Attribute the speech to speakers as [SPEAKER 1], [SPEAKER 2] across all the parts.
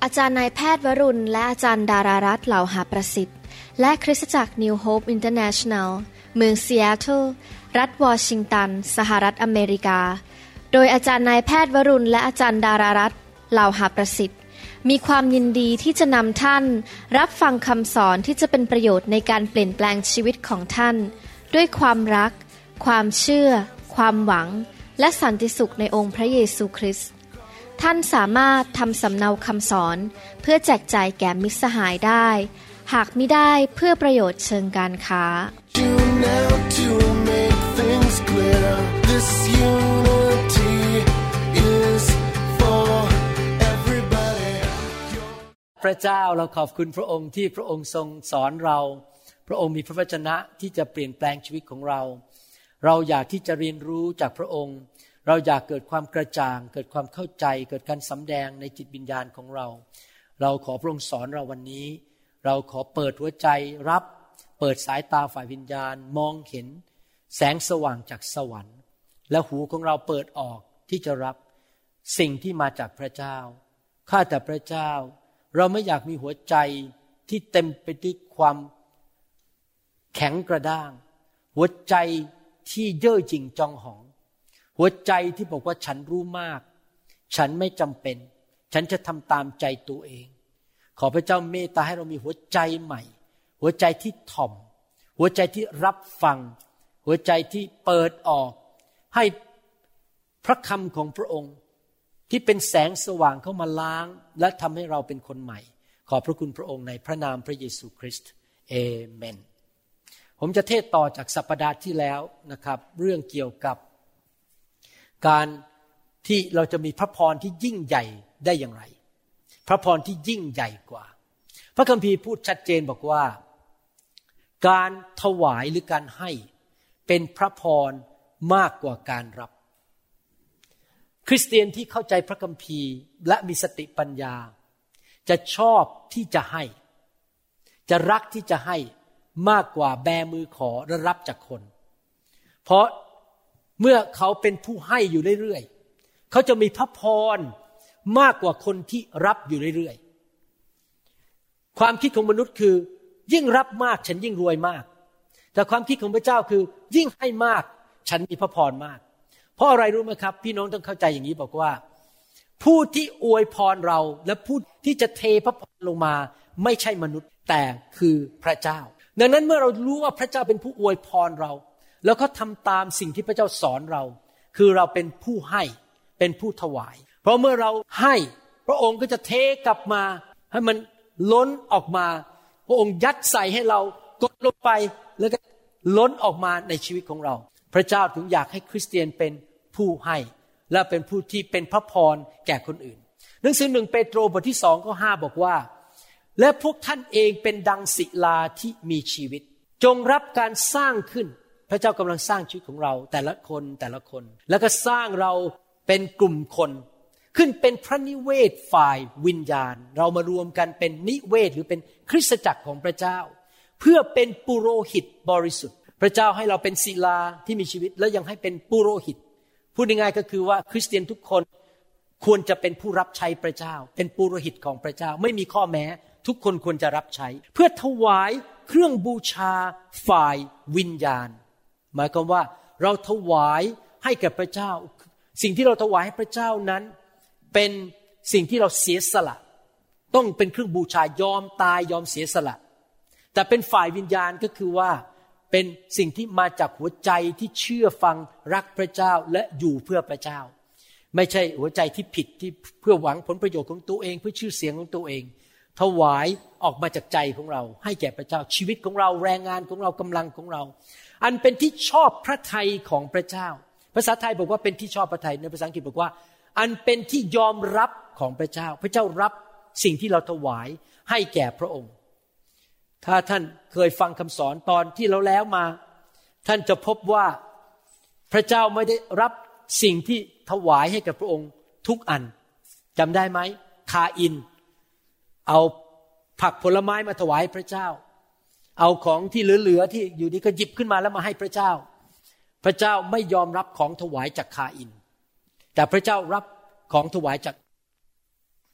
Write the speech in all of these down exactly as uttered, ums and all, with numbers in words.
[SPEAKER 1] อาจารย์นายแพทย์วรุณและอาจารย์ดารารัตน์เหล่าหาประสิทธิ์และคริสตจักร New Hope International เมืองซีแอตเทิลรัฐวอชิงตันสหรัฐอเมริกาโดยอาจารย์นายแพทย์วรุณและอาจารย์ดารารัตน์เหล่าหาประสิทธิ์มีความยินดีที่จะนำท่านรับฟังคำสอนที่จะเป็นประโยชน์ในการเปลี่ยนแปลงชีวิตของท่านด้วยความรักความเชื่อความหวังและสันติสุขในองค์พระเยซูคริสต์ท่านสามารถทำสำเนาคำสอนเพื่อแจกจ่ายแก่มิตรสหายได้หากมิได้เพื่อประโยชน์เชิงการค้า
[SPEAKER 2] พระเจ้าเราขอบคุณพระองค์ที่พระองค์ทรงสอนเราพระองค์มีพระวจนะที่จะเปลี่ยนแปลงชีวิตของเราเราอยากที่จะเรียนรู้จากพระองค์เราอยากเกิดความกระจ่างเกิดความเข้าใจเกิดการสำแดงในจิตวิญญาณของเราเราขอพระองค์สอนเราวันนี้เราขอเปิดหัวใจรับเปิดสายตาฝ่ายวิญญาณมองเห็นแสงสว่างจากสวรรค์และหูของเราเปิดออกที่จะรับสิ่งที่มาจากพระเจ้าข้าแต่พระเจ้าเราไม่อยากมีหัวใจที่เต็มไปด้วยความแข็งกระด้างหัวใจที่เย่อหยิ่งจองหองหัวใจที่บอกว่าฉันรู้มากฉันไม่จำเป็นฉันจะทำตามใจตัวเองขอพระเจ้าเมตตาให้เรามีหัวใจใหม่หัวใจที่ถ่อมหัวใจที่รับฟังหัวใจที่เปิดออกให้พระคำของพระองค์ที่เป็นแสงสว่างเข้ามาล้างและทำให้เราเป็นคนใหม่ขอบพระคุณพระองค์ในพระนามพระเยซูคริสต์เอเมนผมจะเทศต่อจากสัปดาห์ที่แล้วนะครับเรื่องเกี่ยวกับการที่เราจะมีพระพรที่ยิ่งใหญ่ได้อย่างไรพระพรที่ยิ่งใหญ่กว่าพระคัมภีร์พูดชัดเจนบอกว่าการถวายหรือการให้เป็นพระพรมากกว่าการรับคริสเตียนที่เข้าใจพระคัมภีร์และมีสติปัญญาจะชอบที่จะให้จะรักที่จะให้มากกว่าแบมือขอและรับจากคนเพราะเมื่อเขาเป็นผู้ให้อยู่เรื่อยๆเขาจะมีพระพรมากกว่าคนที่รับอยู่เรื่อยๆความคิดของมนุษย์คือยิ่งรับมากฉันยิ่งรวยมากแต่ความคิดของพระเจ้าคือยิ่งให้มากฉันมีพระพรมากเพราะอะไรรู้ไหมครับพี่น้องต้องเข้าใจอย่างนี้บอกว่าผู้ที่อวยพรเราและผู้ที่จะเทพระพรลงมาไม่ใช่มนุษย์แต่คือพระเจ้าดังนั้นเมื่อเรารู้ว่าพระเจ้าเป็นผู้อวยพรเราแล้วก็ทำตามสิ่งที่พระเจ้าสอนเราคือเราเป็นผู้ให้เป็นผู้ถวายเพราะเมื่อเราให้พระองค์ก็จะเทกลับมาให้มันล้นออกมาพระองค์ยัดใส่ให้เรากดลงไปแล้วก็ล้นออกมาในชีวิตของเราพระเจ้าถึงอยากให้คริสเตียนเป็นผู้ให้และเป็นผู้ที่เป็นพระพรแก่คนอื่นหนังสือหนึ่งเปโตรบทที่สองข้อห้าบอกว่าและพวกท่านเองเป็นดังศิลาที่มีชีวิตจงรับการสร้างขึ้นพระเจ้ากำลังสร้างชีวิตของเราแต่ละคนแต่ละคนแล้วก็สร้างเราเป็นกลุ่มคนขึ้นเป็นพระนิเวศฝ่ายวิญญาณเรามารวมกันเป็นนิเวศหรือเป็นคริสตจักรของพระเจ้าเพื่อเป็นปุโรหิตบริสุทธิ์พระเจ้าให้เราเป็นศิลาที่มีชีวิตแล้วยังให้เป็นปุโรหิตพูดง่ายๆก็คือว่าคริสเตียนทุกคนควรจะเป็นผู้รับใช้พระเจ้าเป็นปุโรหิตของพระเจ้าไม่มีข้อแม้ทุกคนควรจะรับใช้เพื่อถวายเครื่องบูชาฝ่ายวิญญาณหมายความว่าเราถวายให้แก่พระเจ้าสิ่งที่เราถวายให้พระเจ้านั้นเป็นสิ่งที่เราเสียสละต้องเป็นเครื่องบูชายอมตายยอมเสียสละแต่เป็นฝ่ายวิญญาณก็คือว่าเป็นสิ่งที่มาจากหัวใจที่เชื่อฟังรักพระเจ้าและอยู่เพื่อพระเจ้าไม่ใช่หัวใจที่ผิดที่เพื่อหวังผลประโยชน์ของตัวเองเพื่อชื่อเสียงของตัวเองถวายออกมาจากใจของเราให้แก่พระเจ้าชีวิตของเราแรงงานของเรากำลังของเราอันเป็นที่ชอบพระทัยของพระเจ้าภาษาไทยบอกว่าเป็นที่ชอบพระทัยในภาษาอังกฤษบอกว่าอันเป็นที่ยอมรับของพระเจ้าพระเจ้ารับสิ่งที่เราถวายให้แก่พระองค์ถ้าท่านเคยฟังคำสอนตอนที่เราแล้วมาท่านจะพบว่าพระเจ้าไม่ได้รับสิ่งที่ถวายให้กับพระองค์ทุกอันจำได้ไหมคาอินเอาผักผลไม้มาถวายพระเจ้าเอาของที่เหลือๆที่อยู่นี่ก็หยิบขึ้นมาแล้วมาให้พระเจ้าพระเจ้าไม่ยอมรับของถวายจากคาอินแต่พระเจ้ารับของถวายจากผ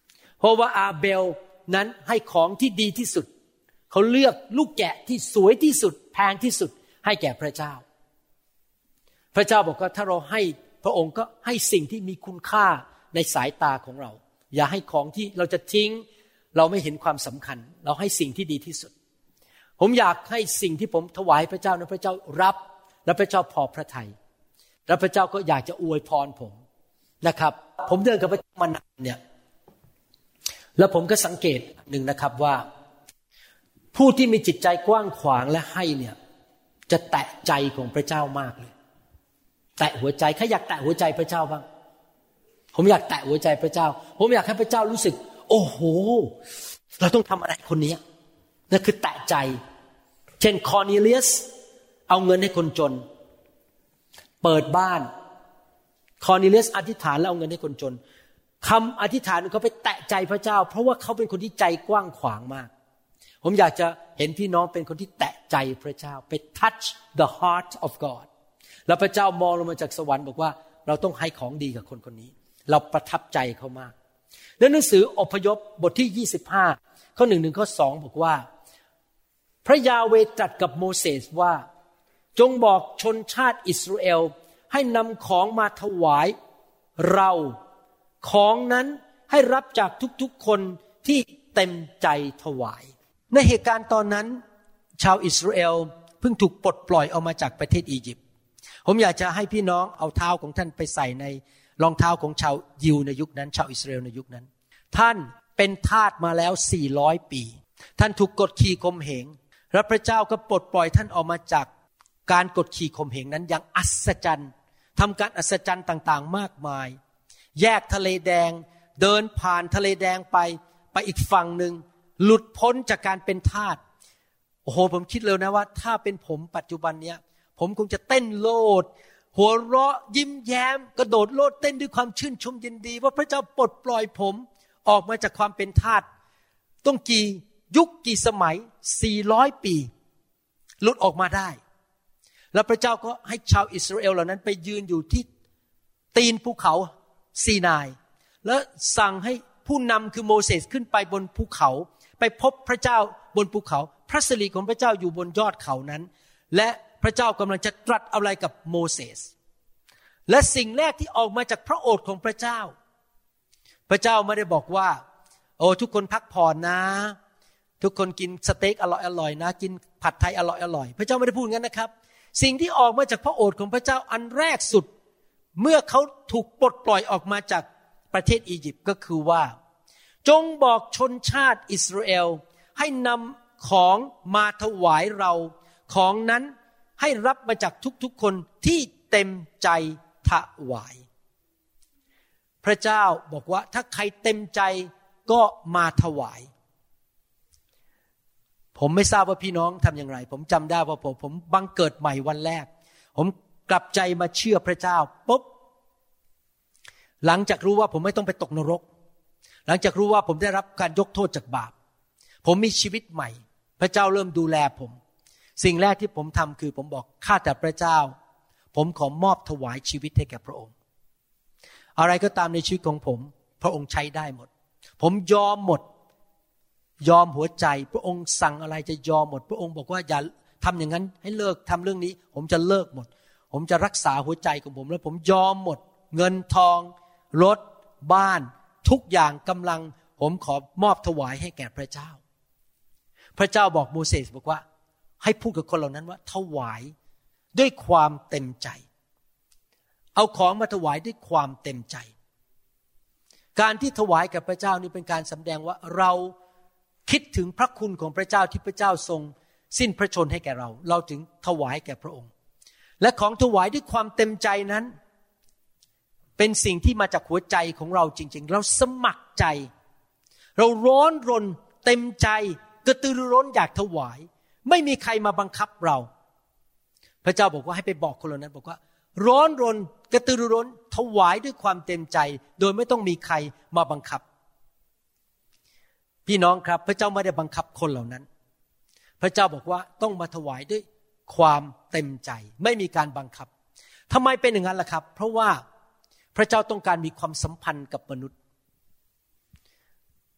[SPEAKER 2] เพราะว่าอาเบลนั้นให้ของที่ดีที่สุดเขาเลือกลูกแกะที่สวยที่สุดแพงที่สุดให้แก่พระเจ้าพระเจ้าบอกว่าถ้าเราให้พระองค์ก็ให้สิ่งที่มีคุณค่าในสายตาของเราอย่าให้ของที่เราจะทิ้งเราไม่เห็นความสำคัญเราให้สิ่งที่ดีที่สุดผมอยากให้สิ่งที่ผมถวายพระเจ้านั้นพระเจ้ารับและพระเจ้าพอพระทัยและพระเจ้าก็อยากจะอวยพรผมนะครับผมเดินกับพระเจ้ามานานเนี่ยแล้วผมก็สังเกตหนึ่งนะครับว่าผู้ที่มีจิตใจกว้างขวางและให้เนี่ยจะแตะใจของพระเจ้ามากเลยแตะหัวใจใครอยากแตะหัวใจพระเจ้าบ้างผมอยากแตะหัวใจพระเจ้าผมอยากให้พระเจ้ารู้สึกโอ้โหเราต้องทำอะไรคนนี้นั่นคือแตะใจเช่นคอร์เนเลียสเอาเงินให้คนจนเปิดบ้านคอร์เนเลียสอธิษฐานแล้วเอาเงินให้คนจนคำอธิษฐานของเขาไปแตะใจพระเจ้าเพราะว่าเขาเป็นคนที่ใจกว้างขวางมากผมอยากจะเห็นพี่น้องเป็นคนที่แตะใจพระเจ้าไป touch the heart of God แล้วพระเจ้ามองลงมาจากสวรรค์บอกว่าเราต้องให้ของดีกับคนคนนี้เราประทับใจเขามากในหนังสืออพยพบทที่ยี่สิบห้าข้อหนึ่งถึงข้อสองบอกว่าพระยาเวห์ตรัสกับโมเสสว่าจงบอกชนชาติอิสราเอลให้นำของมาถวายเราของนั้นให้รับจากทุกๆคนที่เต็มใจถวายในเหตุการณ์ตอนนั้นชาวอิสราเอลเพิ่งถูกปลดปล่อยออกมาจากประเทศอียิปต์ผมอยากจะให้พี่น้องเอาเท้าของท่านไปใส่ในรองเท้าของชาวยิวในยุคนั้นชาวอิสราเอลในยุคนั้นท่านเป็นทาสมาแล้วสี่ร้อยปีท่านถูกกดขี่ข่มเหงและพระเจ้าก็ปลดปล่อยท่านออกมาจากการกดขี่ข่มเหงนั้นอย่างอัศจรรย์ทำการอัศจรรย์ต่างๆมากมายแยกทะเลแดงเดินผ่านทะเลแดงไปไปอีกฝั่งหนึ่งหลุดพ้นจากการเป็นทาสโอ้โหผมคิดเลยนะว่าถ้าเป็นผมปัจจุบันเนี้ยผมคงจะเต้นโลดหัวเราะยิ้มแย้มกระโดดโลดเต้นด้วยความชื่นชมยินดีว่าพระเจ้าปลดปล่อยผมออกมาจากความเป็นทาสต้องกี่ยุคกี่สมัยสี่ร้อยปีหลุดออกมาได้แล้วพระเจ้าก็ให้ชาวอิสราเอลเหล่านั้นไปยืนอยู่ที่ตีนภูเขาซีนายแล้วสั่งให้ผู้นำคือโมเสสขึ้นไปบนภูเขาไปพบพระเจ้าบนภูเขาพระสิริของพระเจ้าอยู่บนยอดเขานั้นและพระเจ้ากำลังจะตรัสอะไรกับโมเสสและสิ่งแรกที่ออกมาจากพระโอษฐ์ของพระเจ้าพระเจ้าไม่ได้บอกว่าโอ้ทุกคนพักผ่อนนะทุกคนกินสเต็กอร่อยอร่อยนะกินผัดไทยอร่อยอร่อยพระเจ้าไม่ได้พูดงั้นนะครับสิ่งที่ออกมาจากพระโอษฐ์ของพระเจ้าอันแรกสุดเมื่อเขาถูกปลดปล่อยออกมาจากประเทศอียิปต์ก็คือว่าจงบอกชนชาติอิสราเอลให้นำของมาถวายเราของนั้นให้รับมาจากทุกๆคนที่เต็มใจถวายพระเจ้าบอกว่าถ้าใครเต็มใจก็มาถวายผมไม่ทราบว่าพี่น้องทำอย่างไรผมจำได้ว่าผมผมบังเกิดใหม่วันแรกผมกลับใจมาเชื่อพระเจ้าปุ๊บหลังจากรู้ว่าผมไม่ต้องไปตกนรกหลังจากรู้ว่าผมได้รับการยกโทษจากบาปผมมีชีวิตใหม่พระเจ้าเริ่มดูแลผมสิ่งแรกที่ผมทำคือผมบอกข้าแต่พระเจ้าผมขอมอบถวายชีวิตให้แก่พระองค์อะไรก็ตามในชีวิตของผมพระองค์ใช้ได้หมดผมยอมหมดยอมหัวใจพระองค์สั่งอะไรจะยอมหมดพระองค์บอกว่าอย่าทำอย่างนั้นให้เลิกทำเรื่องนี้ผมจะเลิกหมดผมจะรักษาหัวใจของผมแล้วผมยอมหมดเงินทองรถบ้านทุกอย่างกำลังผมขอมอบถวายให้แก่พระเจ้าพระเจ้าบอกโมเสสบอกว่าให้พูดกับคนเหล่านั้นว่าถวายด้วยความเต็มใจเอาของมาถวายด้วยความเต็มใจการที่ถวายกับพระเจ้านี่เป็นการแสดงว่าเราคิดถึงพระคุณของพระเจ้าที่พระเจ้าทรงสิ้นพระชนให้แก่เราเราถึงถวายแก่พระองค์และของถวายด้วยความเต็มใจนั้นเป็นสิ่งที่มาจากหัวใจของเราจริงๆเราสมัครใจเราร้อนรนเต็มใจกระตือรือร้นอยากถวายไม่มีใครมาบังคับเราพระเจ้าบอกว่าให้ไปบอกคนเหล่านั้นบอกว่าร้อนรนกระตือรือร้นถวายด้วยความเต็มใจโดยไม่ต้องมีใครมาบังคับพี่น้องครับพระเจ้าไม่ได้บังคับคนเหล่านั้นพระเจ้าบอกว่าต้องมาถวายด้วยความเต็มใจไม่มีการบังคับทำไมเป็นอย่างนั้นล่ะครับเพราะว่าพระเจ้าต้องการมีความสัมพันธ์กับมนุษย์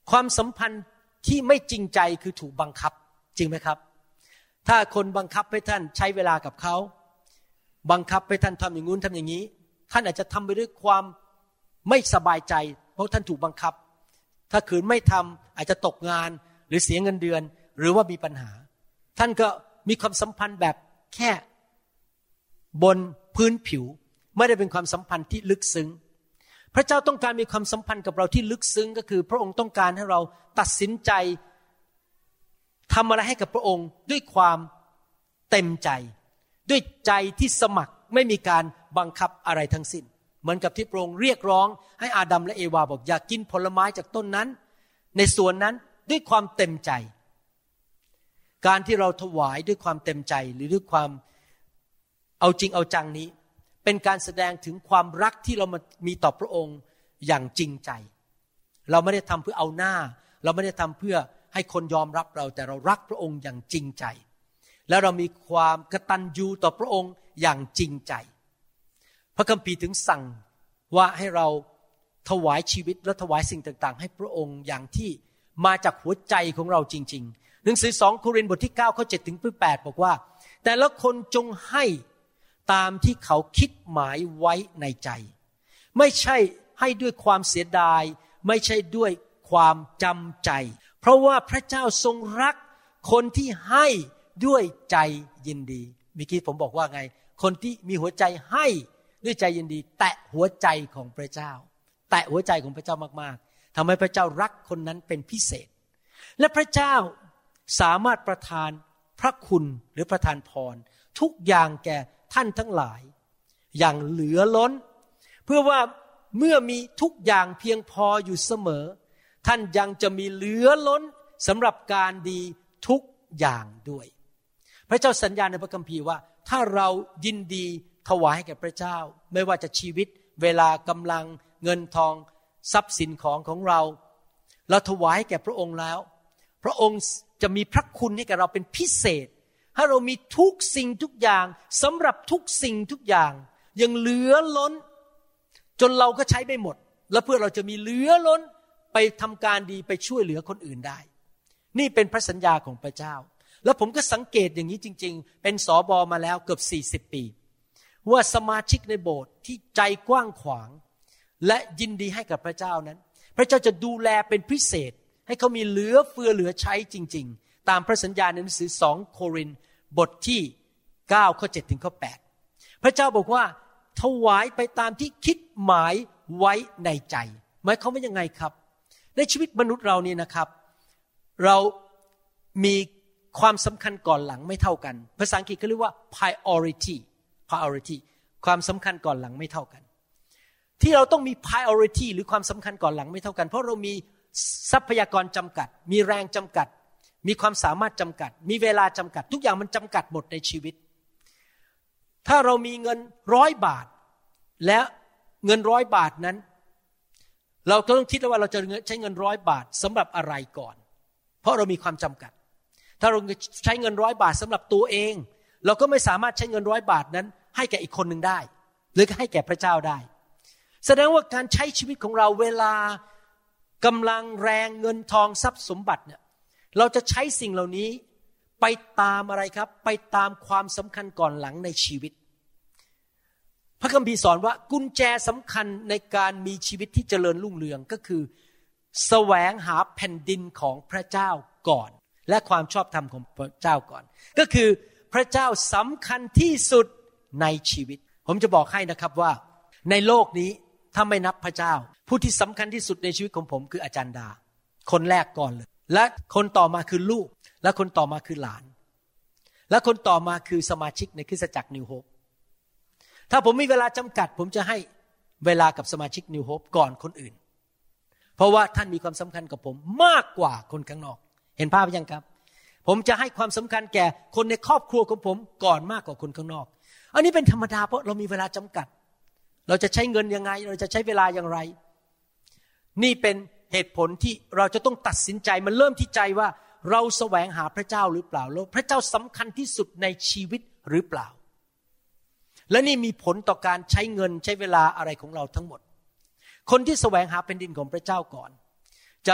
[SPEAKER 2] ความสัมพันธ์ที่ไม่จริงใจคือถูกบังคับจริงไหมครับถ้าคนบังคับให้ท่านใช้เวลากับเขาบังคับให้ท่านทำอย่างงู้นทำอย่างนี้ท่านอาจจะทำไปด้วยความไม่สบายใจเพราะท่านถูกบังคับถ้าขืนไม่ทำอาจจะตกงานหรือเสียเงินเดือนหรือว่ามีปัญหาท่านก็มีความสัมพันธ์แบบแค่บนพื้นผิวไม่ได้เป็นความสัมพันธ์ที่ลึกซึ้งพระเจ้าต้องการมีความสัมพันธ์กับเราที่ลึกซึ้งก็คือพระองค์ต้องการให้เราตัดสินใจทำอะไรให้กับพระองค์ด้วยความเต็มใจด้วยใจที่สมัครไม่มีการบังคับอะไรทั้งสิ้นเหมือนกับที่พระองค์เรียกร้องให้อาดัมและเอวาบอกอย่ากินผลไม้จากต้นนั้นในสวนนั้นด้วยความเต็มใจการที่เราถวายด้วยความเต็มใจหรือด้วยความเอาจริงเอาจังนี้เป็นการแสดงถึงความรักที่เรามีต่อพระองค์อย่างจริงใจเราไม่ได้ทำเพื่อเอาหน้าเราไม่ได้ทำเพื่อให้คนยอมรับเราแต่เรารักพระองค์อย่างจริงใจแล้วเรามีความกตัญญูต่อพระองค์อย่างจริงใจพระคัมภีร์ถึงสั่งว่าให้เราถวายชีวิตและถวายสิ่งต่างๆให้พระองค์อย่างที่มาจากหัวใจของเราจริงๆหนังสือสองโครินธ์บทที่เก้าข้อเจ็ดถึงแปดบอกว่าแต่ละคนจงให้ตามที่เขาคิดหมายไว้ในใจไม่ใช่ให้ด้วยความเสียดายไม่ใช่ด้วยความจำใจเพราะว่าพระเจ้าทรงรักคนที่ให้ด้วยใจยินดีเมื่อกี้ผมบอกว่าไงคนที่มีหัวใจให้ด้วยใจยินดีแตะหัวใจของพระเจ้าแตะหัวใจของพระเจ้ามากๆทำให้พระเจ้ารักคนนั้นเป็นพิเศษและพระเจ้าสามารถประทานพระคุณหรือประทานพรทุกอย่างแก่ท่านทั้งหลายอย่างเหลือล้นเพื่อว่าเมื่อมีทุกอย่างเพียงพออยู่เสมอท่านยังจะมีเหลือล้นสำหรับการดีทุกอย่างด้วยพระเจ้าสัญญาในพระคัมภีร์ว่าถ้าเรายินดีถวายให้แก่พระเจ้าไม่ว่าจะชีวิตเวลากำลังเงินทองทรัพย์สินของของเราเราถวายให้แก่พระองค์แล้วพระองค์จะมีพระคุณให้แก่เราเป็นพิเศษให้เรามีทุกสิ่งทุกอย่างสำหรับทุกสิ่งทุกอย่างยังเหลือล้นจนเราก็ใช้ไม่หมดแล้วเพื่อเราจะมีเหลือล้นไปทำการดีไปช่วยเหลือคนอื่นได้นี่เป็นพระสัญญาของพระเจ้าแล้วผมก็สังเกตอย่างนี้จริงๆเป็นสบมาแล้วเกือบสี่สิบปีว่าสมาชิกในโบสถ์ที่ใจกว้างขวางและยินดีให้กับพระเจ้านั้นพระเจ้าจะดูแลเป็นพิเศษให้เขามีเหลือเฟือเหลือใช้จริงๆตามพระสัญญาในหนังสือสองโครินธ์บทที่เก้าข้อเจ็ดถึงข้อแปดพระเจ้าบอกว่าถวายไปตามที่คิดหมายไว้ในใจหมายความว่ายังไงครับในชีวิตมนุษย์เรานี่นะครับเรามีความสำคัญก่อนหลังไม่เท่ากันภาษาอังกฤษเขาเรียกว่า priority priority ความสำคัญก่อนหลังไม่เท่ากันที่เราต้องมี priority หรือความสำคัญก่อนหลังไม่เท่ากันเพราะเรามีทรัพยากรจำกัดมีแรงจำกัดมีความสามารถจำกัดมีเวลาจำกัดทุกอย่างมันจำกัดหมดในชีวิตถ้าเรามีเงินร้อยบาทและเงินร้อยบาทนั้นเราก็ต้องคิดว่าเราจะใช้เงินร้อยบาทสำหรับอะไรก่อนเพราะเรามีความจำกัดถ้าเราใช้เงินร้อยบาทสำหรับตัวเองเราก็ไม่สามารถใช้เงินร้อยบาทนั้นให้แก่อีกคนหนึ่งได้หรือให้แก่พระเจ้าได้แสดงว่าการใช้ชีวิตของเราเวลากำลังแรงเงินทองทรัพย์สมบัติเนี่ยเราจะใช้สิ่งเหล่านี้ไปตามอะไรครับไปตามความสำคัญก่อนหลังในชีวิตพระคัมภีร์สอนว่ากุญแจสำคัญในการมีชีวิตที่เจริญรุ่งเรืองก็คือแสวงหาแผ่นดินของพระเจ้าก่อนและความชอบธรรมของพระเจ้าก่อนก็คือพระเจ้าสำคัญที่สุดในชีวิตผมจะบอกให้นะครับว่าในโลกนี้ถ้าไม่นับพระเจ้าผู้ที่สำคัญที่สุดในชีวิตของผมคืออาจารย์ดาคนแรกก่อนเลยและคนต่อมาคือลูกและคนต่อมาคือหลานและคนต่อมาคือสมาชิกในคริสตจักรนิวโฮปถ้าผมมีเวลาจำกัดผมจะให้เวลากับสมาชิกนิวโฮปก่อนคนอื่นเพราะว่าท่านมีความสำคัญกับผมมากกว่าคนข้างนอกเห็นภาพยังครับผมจะให้ความสำคัญแก่คนในครอบครัวของผมก่อนมากกว่าคนข้างนอกอันนี้เป็นธรรมดาเพราะเรามีเวลาจำกัดเราจะใช้เงินยังไงเราจะใช้เวลาอย่างไรนี่เป็นเหตุผลที่เราจะต้องตัดสินใจมันเริ่มที่ใจว่าเราแสวงหาพระเจ้าหรือเปล่าแล้วพระเจ้าสำคัญที่สุดในชีวิตหรือเปล่าและนี่มีผลต่อการใช้เงินใช้เวลาอะไรของเราทั้งหมดคนที่แสวงหาแผ่นดินของพระเจ้าก่อนจะ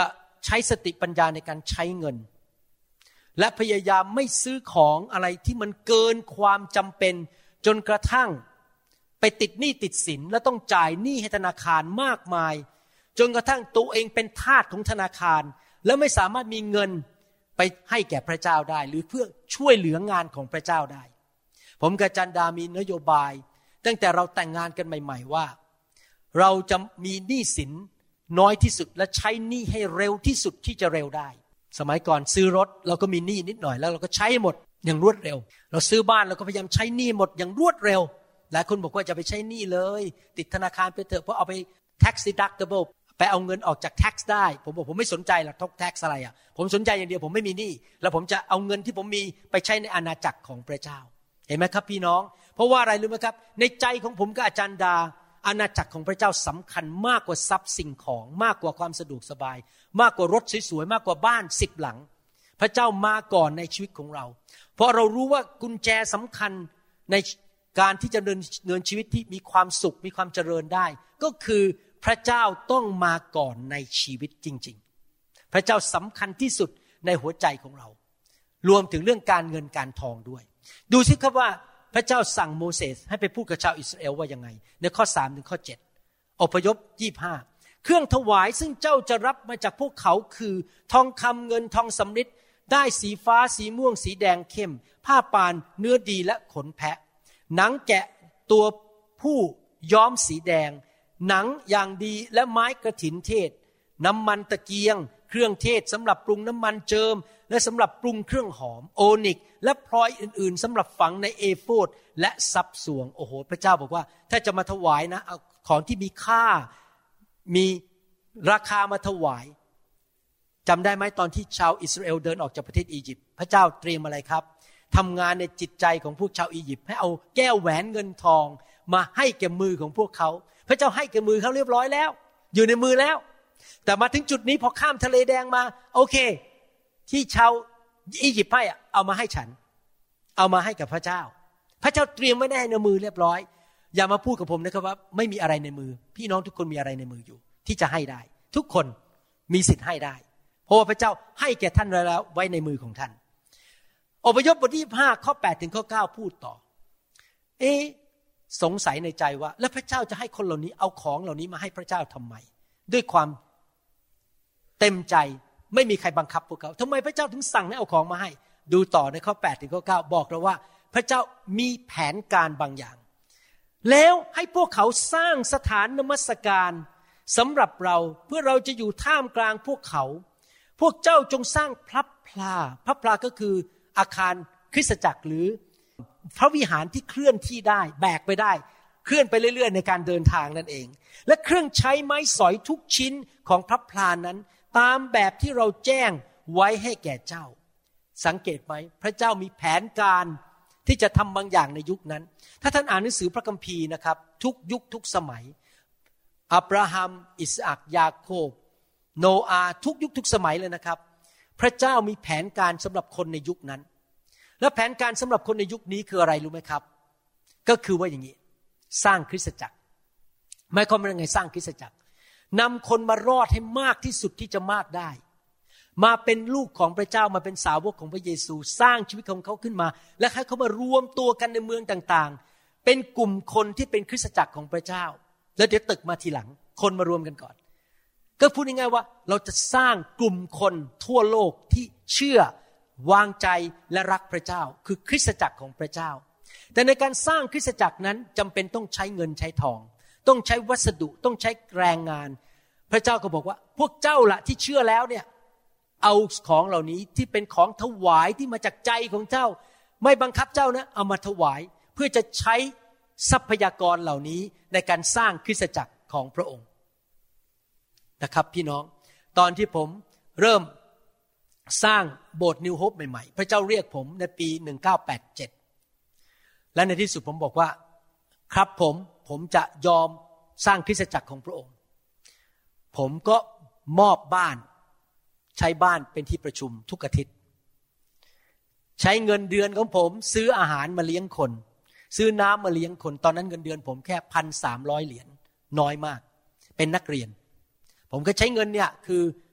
[SPEAKER 2] ใช้สติปัญญาในการใช้เงินและพยายามไม่ซื้อของอะไรที่มันเกินความจำเป็นจนกระทั่งไปติดหนี้ติดสินและต้องจ่ายหนี้ให้ธนาคารมากมายจนกระทั่งตัวเองเป็นทาสของธนาคารแล้วไม่สามารถมีเงินไปให้แก่พระเจ้าได้หรือเพื่อช่วยเหลืองานของพระเจ้าได้ผมกับจันดามีนโยบายตั้งแต่เราแต่งงานกันใหม่ๆว่าเราจะมีหนี้สินน้อยที่สุดและใช้หนี้ให้เร็วที่สุดที่จะเร็วได้สมัยก่อนซื้อรถเราก็มีหนี้นิดหน่อยแล้วเราก็ใช้หมดอย่างรวดเร็วเราซื้อบ้านเราก็พยายามใช้หนี้หมดอย่างรวดเร็วหลายคนบอกว่าจะไปใช้หนี้เลยติดธนาคารไปเถอะเพราะเอาไป tax deductible ไปเอาเงินออกจาก tax ได้ผมบอกผมไม่สนใจหรอกทก tax อะไรอ่ะผมสนใจอย่างเดียวผมไม่มีหนี้แล้วผมจะเอาเงินที่ผมมีไปใช้ในอาณาจักรของพระเจ้าเห็นไหมครับพี่น้องเพราะว่าอะไรรู้ไหมครับในใจของผมกับอาจารย์ดาอาณาจักรของพระเจ้าสำคัญมากกว่าทรัพย์สิ่งของมากกว่าความสะดวกสบายมากกว่ารถสวยๆมากกว่าบ้านสิบหลังพระเจ้ามาก่อนในชีวิตของเราเพราะเรารู้ว่ากุญแจสำคัญในการที่จะเดินเดินชีวิตที่มีความสุขมีความเจริญได้ก็คือพระเจ้าต้องมาก่อนในชีวิตจริงๆพระเจ้าสำคัญที่สุดในหัวใจของเรารวมถึงเรื่องการเงินการทองด้วยดูสิครับว่าพระเจ้าสั่งโมเสสให้ไปพูดกับชาวอิสราเอลว่ายังไงในข้อสามถึงข้อเจ็ดอพยพยี่สิบห้าเครื่องถวายซึ่งเจ้าจะรับมาจากพวกเขาคือทองคำเงินทองสำริดได้สีฟ้าสีม่วงสีแดงเข้มผ้าปานเนื้อดีและขนแพะหนังแกะตัวผู้ย้อมสีแดงหนังอย่างดีและไม้กระถินเทศน้ำมันตะเกียงเครื่องเทศสำหรับปรุงน้ำมันเจิมและสำหรับปรุงเครื่องหอมโอนิกและพลอยอื่นๆสำหรับฝังในเอโฟดและซับสวงโอ้โหพระเจ้าบอกว่าถ้าจะมาถวายนะเอาของที่มีค่ามีราคามาถวายจำได้ไหมตอนที่ชาวอิสราเอลเดินออกจากประเทศอียิปต์พระเจ้าเตรียมอะไรครับทำงานในจิตใจของพวกชาวอียิปต์ให้เอาแก้วแหวนเงินทองมาให้แก่มือของพวกเขาพระเจ้าให้แก่มือเขาเรียบร้อยแล้วอยู่ในมือแล้วแต่มาถึงจุดนี้พอข้ามทะเลแดงมาโอเคที่ชาวอียิปต์ให้เอามาให้ฉันเอามาให้กับพระเจ้าพระเจ้าเตรียมไว้ในมือเรียบร้อยอย่ามาพูดกับผมนะครับว่าไม่มีอะไรในมือพี่น้องทุกคนมีอะไรในมืออยู่ที่จะให้ได้ทุกคนมีสิทธิ์ให้ได้เพราะว่าพระเจ้าให้แก่ท่านแล้วไว้ในมือของท่านอพยพบทที่ยี่สิบห้าข้อแปดถึงข้อเก้าพูดต่อเอ๊ะสงสัยในใจว่าแล้วพระเจ้าจะให้คนเหล่านี้เอาของเหล่านี้มาให้พระเจ้าทำไมด้วยความเต็มใจไม่มีใครบังคับพวกเขาทำไมพระเจ้าถึงสั่งให้เอาของมาให้ดูต่อในข้อแปดถึงข้อเก้าบอกเราว่าพระเจ้ามีแผนการบางอย่างแล้วให้พวกเขาสร้างสถานนมัสการสำหรับเราเพื่อเราจะอยู่ท่ามกลางพวกเขาพวกเจ้าจงสร้างพระพลาพระพลาก็คืออาคารคริสตจักรหรือพระวิหารที่เคลื่อนที่ได้แบกไปได้เคลื่อนไปเรื่อยๆในการเดินทางนั่นเองและเครื่องใช้ไม้สอยทุกชิ้นของพระพลานั้นตามแบบที่เราแจ้งไว้ให้แก่เจ้าสังเกตไหมพระเจ้ามีแผนการที่จะทำบางอย่างในยุคนั้นถ้าท่านอ่านหนังสือพระคัมภีร์นะครับทุกยุคทุกสมัยอับราฮัมอิสอัคยาโคบโนอาห์ทุกยุคทุกสมัยเลยนะครับพระเจ้ามีแผนการสำหรับคนในยุคนั้นและแผนการสำหรับคนในยุคนี้คืออะไรรู้ไหมครับก็คือว่าอย่างนี้สร้างคริสตจักรหมายความว่ายังไงสร้างคริสตจักรนำคนมารอดให้มากที่สุดที่จะมากได้มาเป็นลูกของพระเจ้ามาเป็นสาวกของพระเยซูสร้างชีวิตของเขาขึ้นมาและให้เขามารวมตัวกันในเมืองต่างๆเป็นกลุ่มคนที่เป็นคริสตจักรของพระเจ้าแล้วเดี๋ยวตึกมาทีหลังคนมารวมกันก่อนก็พูดง่ายๆว่าเราจะสร้างกลุ่มคนทั่วโลกที่เชื่อวางใจและรักพระเจ้าคือคริสตจักรของพระเจ้าแต่ในการสร้างคริสตจักรนั้นจำเป็นต้องใช้เงินใช้ทองต้องใช้วัสดุต้องใช้แรงงานพระเจ้าก็บอกว่าพวกเจ้าละที่เชื่อแล้วเนี่ยเอาของเหล่านี้ที่เป็นของถวายที่มาจากใจของเจ้าไม่บังคับเจ้านะเอามาถวายเพื่อจะใช้ทรัพยากรเหล่านี้ในการสร้างคริสตจักรของพระองค์นะครับพี่น้องตอนที่ผมเริ่มสร้างโบสถ์นิวโฮปใหม่ๆพระเจ้าเรียกผมในปีหนึ่งเก้าแปดเจ็ดและในที่สุดผมบอกว่าครับผมผมจะยอมสร้างคริสตจักรของพระองค์ผมก็มอบบ้านใช้บ้านเป็นที่ประชุมทุกอาทิตย์ใช้เงินเดือนของผมซื้ออาหารมาเลี้ยงคนซื้อน้ำมาเลี้ยงคนตอนนั้นเงินเดือนผมแค่ หนึ่งพันสามร้อย เหรียญน้อยมากเป็นนักเรียนผมก็ใช้เงินเนี่ยคือ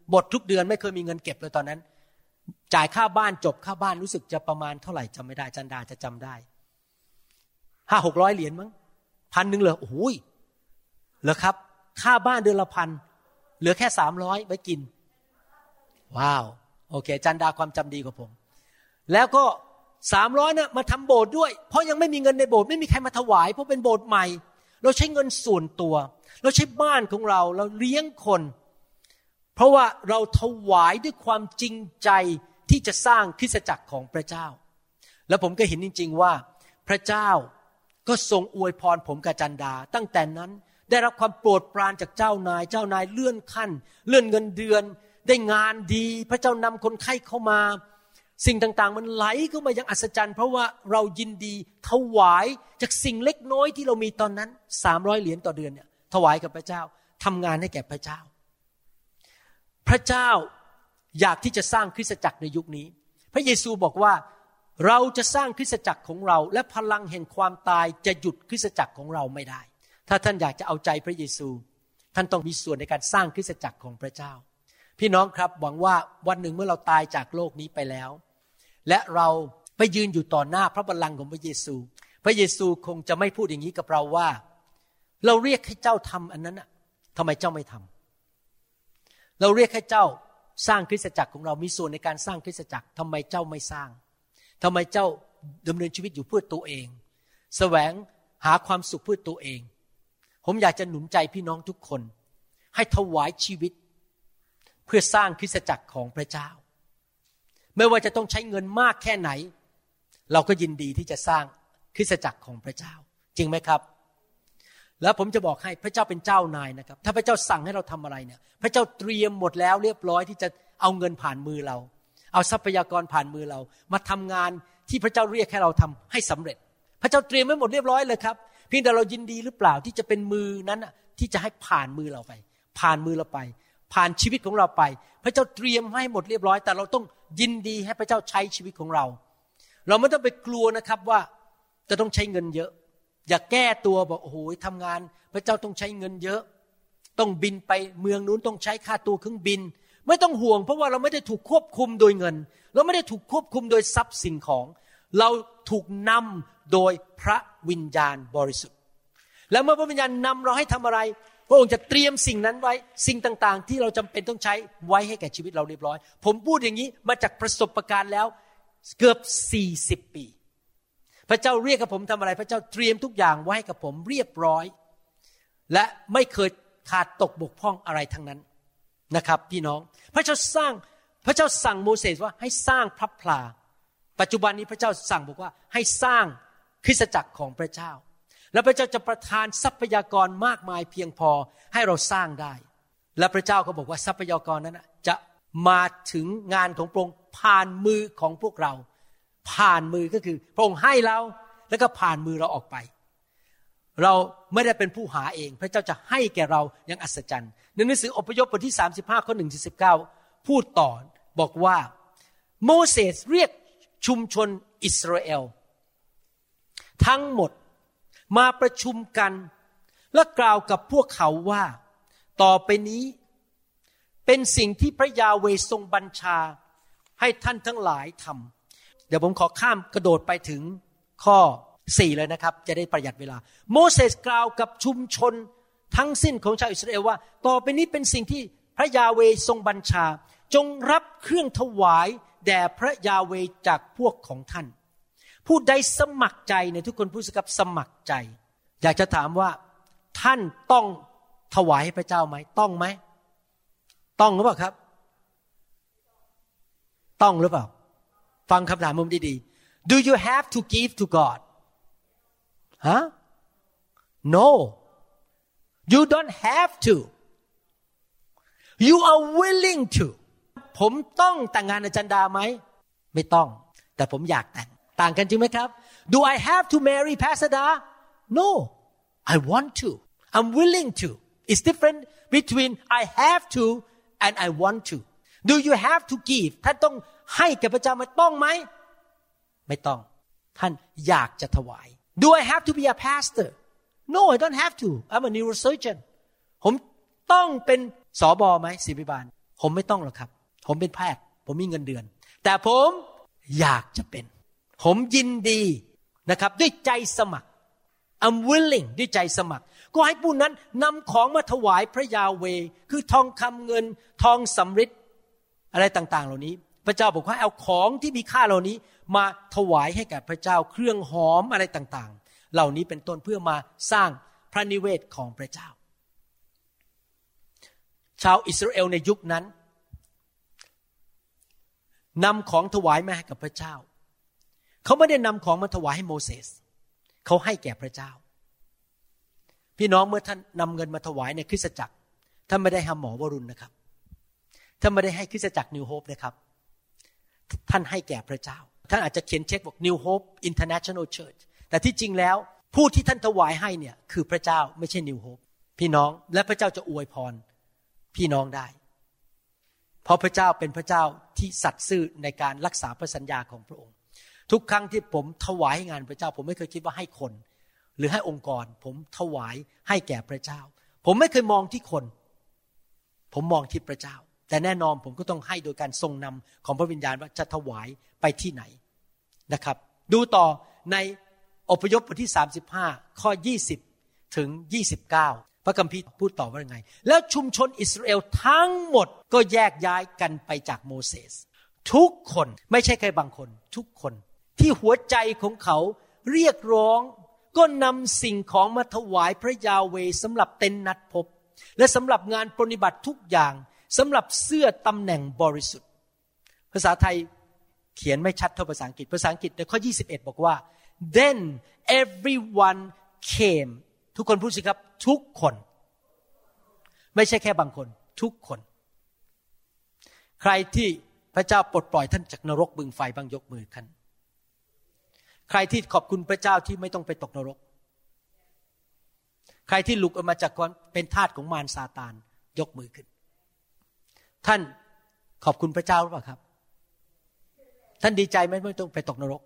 [SPEAKER 2] บททุกเดือนไม่เคยมีเงินเก็บเลยตอนนั้นจ่ายค่าบ้านจบค่าบ้านรู้สึกจะประมาณเท่าไหร่จำไม่ได้จันดาจะจำได้ห้าหกร้อยเหรียญมั้งพันหนึ่งเหรอโอ้โหเหรอครับค่าบ้านเดือนละพันเหลือแค่สามร้อยไว้กินว้าวโอเคจันดาความจำดีกว่าผมแล้วก็สามร้อยน่ะมาทำโบสถ์ด้วยเพราะยังไม่มีเงินในโบสถ์ไม่มีใครมาถวายเพราะเป็นโบสถ์ใหม่เราใช้เงินส่วนตัวเราใช้บ้านของเราเราเลี้ยงคนเพราะว่าเราถวายด้วยความจริงใจที่จะสร้างคริสตจักรของพระเจ้าแล้วผมก็เห็นจริงๆว่าพระเจ้าก็ทรงอวยพรผมกับจันดาตั้งแต่นั้นได้รับความโปรดปรานจากเจ้านายเจ้านายเลื่อนขั้นเลื่อนเงินเดือนได้งานดีพระเจ้านำคนไข้เข้ามาสิ่งต่างๆมันไหลเข้ามาอย่างอัศจรรย์เพราะว่าเรายินดีถวายจากสิ่งเล็กน้อยที่เรามีตอนนั้นสามร้อยเหรียญต่อเดือนเนี่ยถวายกับพระเจ้าทำงานให้แก่พระเจ้าพระเจ้าอยากที่จะสร้างคริสตจักรในยุคนี้พระเยซูบอกว่าเราจะสร้างคริสตจักรของเราและพลังแห่งความตายจะหยุดคริสตจักรของเราไม่ได้ถ้าท่านอยากจะเอาใจพระเยซูท่านต้องมีส่วนในการสร้างคริสตจักรของพระเจ้าพี่น้องครับหวังว่าวันหนึ่งเมื่อเราตายจากโลกนี้ไปแล้วและเราไปยืนอยู่ต่อหน้าพระบัลลังก์ของพระเยซูพระเยซูคงจะไม่พูดอย่างนี้กับเราว่าเราเรียกให้เจ้าทำอันนั้นน่ะทำไมเจ้าไม่ทำเราเรียกให้เจ้าสร้างคริสตจักรของเรามีส่วนในการสร้างคริสตจักรทำไมเจ้าไม่สร้างทำไมเจ้าดำเนินชีวิตอยู่เพื่อตัวเองแสวงหาความสุขเพื่อตัวเองผมอยากจะหนุนใจพี่น้องทุกคนให้ถวายชีวิตเพื่อสร้างคริสตจักรของพระเจ้าไม่ว่าจะต้องใช้เงินมากแค่ไหนเราก็ยินดีที่จะสร้างคริสตจักรของพระเจ้าจริงไหมครับแล้วผมจะบอกให้พระเจ้าเป็นเจ้านายนะครับถ้าพระเจ้าสั่งให้เราทำอะไรเนี่ยพระเจ้าเตรียมหมดแล้วเรียบร้อยที่จะเอาเงินผ่านมือเราเอาทรัพยากรผ่านมือเรามาทำงานที่พระเจ้าเรียกให้เราทำให้สำเร็จพระเจ้าเตรียมไว้หมดเรียบร้อยเลยครับเพียงแต่เรายินดีหรือเปล่าที่จะเป็นมือนั้นที่จะให้ผ่านมือเราไปผ่านมือเราไปผ่านชีวิตของเราไปพระเจ้าเตรียมให้หมดเรียบร้อยแต่เราต้องยินดีให้พระเจ้าใช้ชีวิตของเราเราไม่ต้องไปกลัวนะครับว่าจะต้องใช้เงินเยอะอย่าแก้ตัวบอกโอ้โหทำงานพระเจ้าต้องใช้เงินเยอะต้องบินไปเมืองนู้นต้องใช้ค่าตั๋วเครื่องบินไม่ต้องห่วงเพราะว่าเราไม่ได้ถูกควบคุมโดยเงินเราไม่ได้ถูกควบคุมโดยทรัพย์สินของเราถูกนำโดยพระวิญญาณบริสุทธิ์แล้วเมื่อพระวิญญาณนำเราให้ทำอะไรพระองค์จะเตรียมสิ่งนั้นไว้สิ่งต่างๆที่เราจำเป็นต้องใช้ไว้ให้แก่ชีวิตเราเรียบร้อยผมพูดอย่างนี้มาจากประสบการณ์แล้วเกือบสี่สิบปีพระเจ้าเรียกกับผมทำอะไรพระเจ้าเตรียมทุกอย่างไว้ให้กับผมเรียบร้อยและไม่เคยขาดตกบกพร่องอะไรทั้งนั้นนะครับพี่น้องพระเจ้าสร้างพระเจ้าสั่งโมเสสว่าให้สร้างพระพลาปัจจุบันนี้พระเจ้าสั่งบอกว่าให้สร้างคริสตจักรของพระเจ้าแล้วพระเจ้าจะประทานทรัพยากรมากมายเพียงพอให้เราสร้างได้และพระเจ้าก็บอกว่าทรัพยากรนั้นจะมาถึงงานของพระองค์ผ่านมือของพวกเราผ่านมือก็คือพระองค์ให้เราแล้วก็ผ่านมือเราออกไปเราไม่ได้เป็นผู้หาเองพระเจ้าจะให้แก่เราอย่างอัศจรรย์ในหนังสืออพยพบทที่สามสิบห้าข้อหนึ่งถึงสิบเก้าพูดต่อบอกว่าโมเสสเรียกชุมชนอิสราเอลทั้งหมดมาประชุมกันและกล่าวกับพวกเขาว่าต่อไปนี้เป็นสิ่งที่พระยาเวห์ทรงบัญชาให้ท่านทั้งหลายทำเดี๋ยวผมขอข้ามกระโดดไปถึงข้อสี่เลยนะครับจะได้ประหยัดเวลาโมเสสกล่าวกับชุมชนทั้งสิ้นของชาวอิสราเอลว่าต่อไปนี้เป็นสิ่งที่พระยาเวห์ทรงบัญชาจงรับเครื่องถวายแด่พระยาเวห์จากพวกของท่านผู้ใดสมัครใจในทุกคนพูดสิครับสมัครใจอยากจะถามว่าท่านต้องถวายให้พระเจ้าไหมต้องไหมต้องหรือเปล่าครับต้องหรือเปล่าฟังคำถามผมดีๆ Do you have to give to God ฮะ No you don't have to you are willing to ผมต้องแต่งงานอาจารย์ดาไหมไม่ต้องแต่ผมอยากแต่งต่างกันจริงไหมครับ Do I have to marry Pastor Da No I want to I'm willing to It's different between I have to and I want to Do you have to give ท่านต้องให้แก่พระเจ้าไหมต้องไหมไม่ต้องท่านอยากจะถวาย Do I have to be a pastor No I don't have to I'm a neurosurgeon ผมต้องเป็นสบไหมศิริบาลผมไม่ต้องหรอกครับผมเป็นแพทย์ผมมีเงินเดือนแต่ผมอยากจะเป็นผมยินดีนะครับด้วยใจสมัคร I'm willing ด้วยใจสมัครก็ให้ผู้นั้นนำของมาถวายพระยาเวห์คือทองคำเงินทองสำริดอะไรต่างๆเหล่านี้พระเจ้าบอกว่าเอาของที่มีค่าเหล่านี้มาถวายให้แก่พระเจ้าเครื่องหอมอะไรต่างๆเหล่านี้เป็นต้นเพื่อมาสร้างพระนิเวศของพระเจ้าชาวอิสราเอลในยุคนั้นนำของถวายมาให้กับพระเจ้าเขาไม่ได้นำของมาถวายให้โมเสสเขาให้แก่พระเจ้าพี่น้องเมื่อท่านนำเงินมาถวายในคริสตจักรท่านไม่ได้ให้หมอวรุณนะครับท่านไม่ได้ให้คริสตจักร New Hope นะครับท่านให้แก่พระเจ้าท่านอาจจะเขียนเช็คบอก New Hope International Church แต่ที่จริงแล้วผู้ที่ท่านถวายให้เนี่ยคือพระเจ้าไม่ใช่ New Hope พี่น้องและพระเจ้าจะอวยพรพี่น้องได้เพราะพระเจ้าเป็นพระเจ้าที่สัตย์ซื่อในการรักษาพระสัญญาของพระองค์ทุกครั้งที่ผมถวายงานพระเจ้าผมไม่เคยคิดว่าให้คนหรือให้องค์กรผมถวายให้แก่พระเจ้าผมไม่เคยมองที่คนผมมองที่พระเจ้าแต่แน่นอนผมก็ต้องให้โดยการทรงนำของพระวิญญาณว่าจะถวายไปที่ไหนนะครับดูต่อในอพยพบทที่สามสิบห้าข้อยี่สิบถึงยี่สิบเก้าพระคัมภีร์พูดต่อว่ายังไงแล้วชุมชนอิสราเอลทั้งหมดก็แยกย้ายกันไปจากโมเสสทุกคนไม่ใช่แค่บางคนทุกคนที่หัวใจของเขาเรียกร้องก็นำสิ่งของมาถวายพระยาเวห์สำหรับเต็นท์นัดพบและสำหรับงานปฏิบัติทุกอย่างสำหรับเสื้อตำแหน่งบริสุทธิ์ภาษาไทยเขียนไม่ชัดเท่าภาษาอังกฤษภาษาอังกฤษในข้อยี่สิบเอ็ดบอกว่า then everyone came ทุกคนพูดสิครับทุกคนไม่ใช่แค่บางคนทุกคนใครที่พระเจ้าปลดปล่อยท่านจากนรกบึงไฟบ้างยกมือขึ้นใครที่ขอบคุณพระเจ้าที่ไม่ต้องไปตกนรกใครที่หลุดออกมาจากความเป็นทาสของมารซาตานยกมือขึ้นท่านขอบคุณพระเจ้าหรือเปล่าครับท่านดีใจไหมไม่ต้องไปตกนรก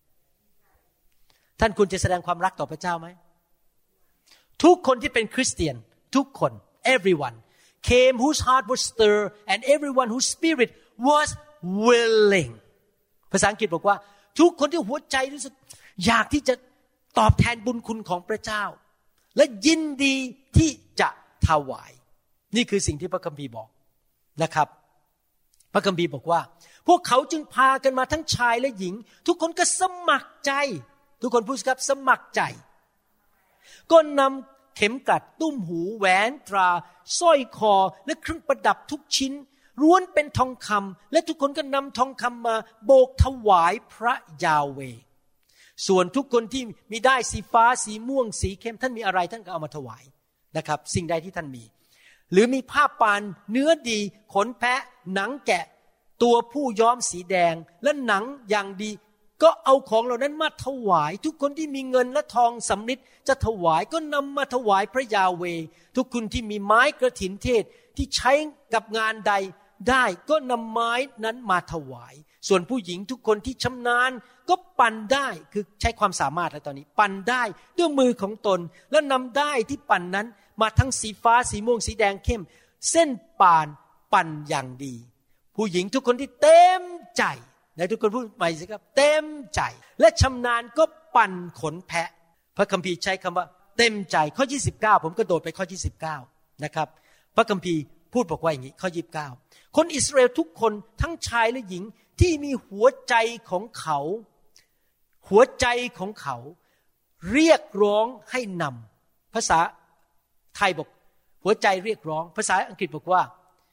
[SPEAKER 2] ท่านควรจะแสดงความรักต่อพระเจ้าไหมทุกคนที่เป็นคริสเตียนทุกคน everyone came whose heart was stirred and everyone whose spirit was willing ภาษาอังกฤษบอกว่าทุกคนที่หัวใจรู้สึกอยากที่จะตอบแทนบุญคุณของพระเจ้าและยินดีที่จะถวายนี่คือสิ่งที่พระคัมภีร์บอกนะครับพระคัมภีร์บอกว่าพวกเขาจึงพากันมาทั้งชายและหญิงทุกคนก็สมัครใจทุกคนพูดครับสมัครใจก็นำเข็มกลัดตุ้มหูแหวนตราสร้อยคอและเครื่องประดับทุกชิ้นล้วนเป็นทองคำและทุกคนก็นำทองคำมาโบกถวายพระยาเวห์ส่วนทุกคนที่มีได้สีฟ้าสีม่วงสีเข้มท่านมีอะไรท่านก็เอามาถวายนะครับสิ่งใดที่ท่านมีหรือมีผ้าปานเนื้อดีขนแพะหนังแกะตัวผู้ย้อมสีแดงและหนังอย่างดีก็เอาของเหล่านั้นมาถวายทุกคนที่มีเงินและทองสำริดจะถวายก็นำมาถวายพระยาเวห์ทุกคนที่มีไม้กระถินเทศที่ใช้กับงานใดได้ก็นำไม้นั้นมาถวายส่วนผู้หญิงทุกคนที่ชำนาญก็ปั่นได้คือใช้ความสามารถแล้วตอนนี้ปั่นได้ด้วยมือของตนและนำได้ที่ปั่นนั้นมาทั้งสีฟ้าสีม่วงสีแดงเข้มเส้นป่านปั่นอย่างดีผู้หญิงทุกคนที่เต็มใจและทุกคนพูดใหม่สิครับเต็มใจและชำนาญก็ปั่นขนแพะพระคัมภีร์ใช้คำว่าเต็มใจข้อยี่สิบเก้าผมก็โดดไปข้อยี่สิบเก้านะครับพระคัมภีร์พูดบอกว่าอย่างนี้ข้อยี่สิบเก้าคนอิสราเอลทุกคนทั้งชายและหญิงที่มีหัวใจของเขาหัวใจของเขาเรียกร้องให้นำภาษาไทยบอกหัวใจเรียกร้องภาษาอังกฤษบอกว่า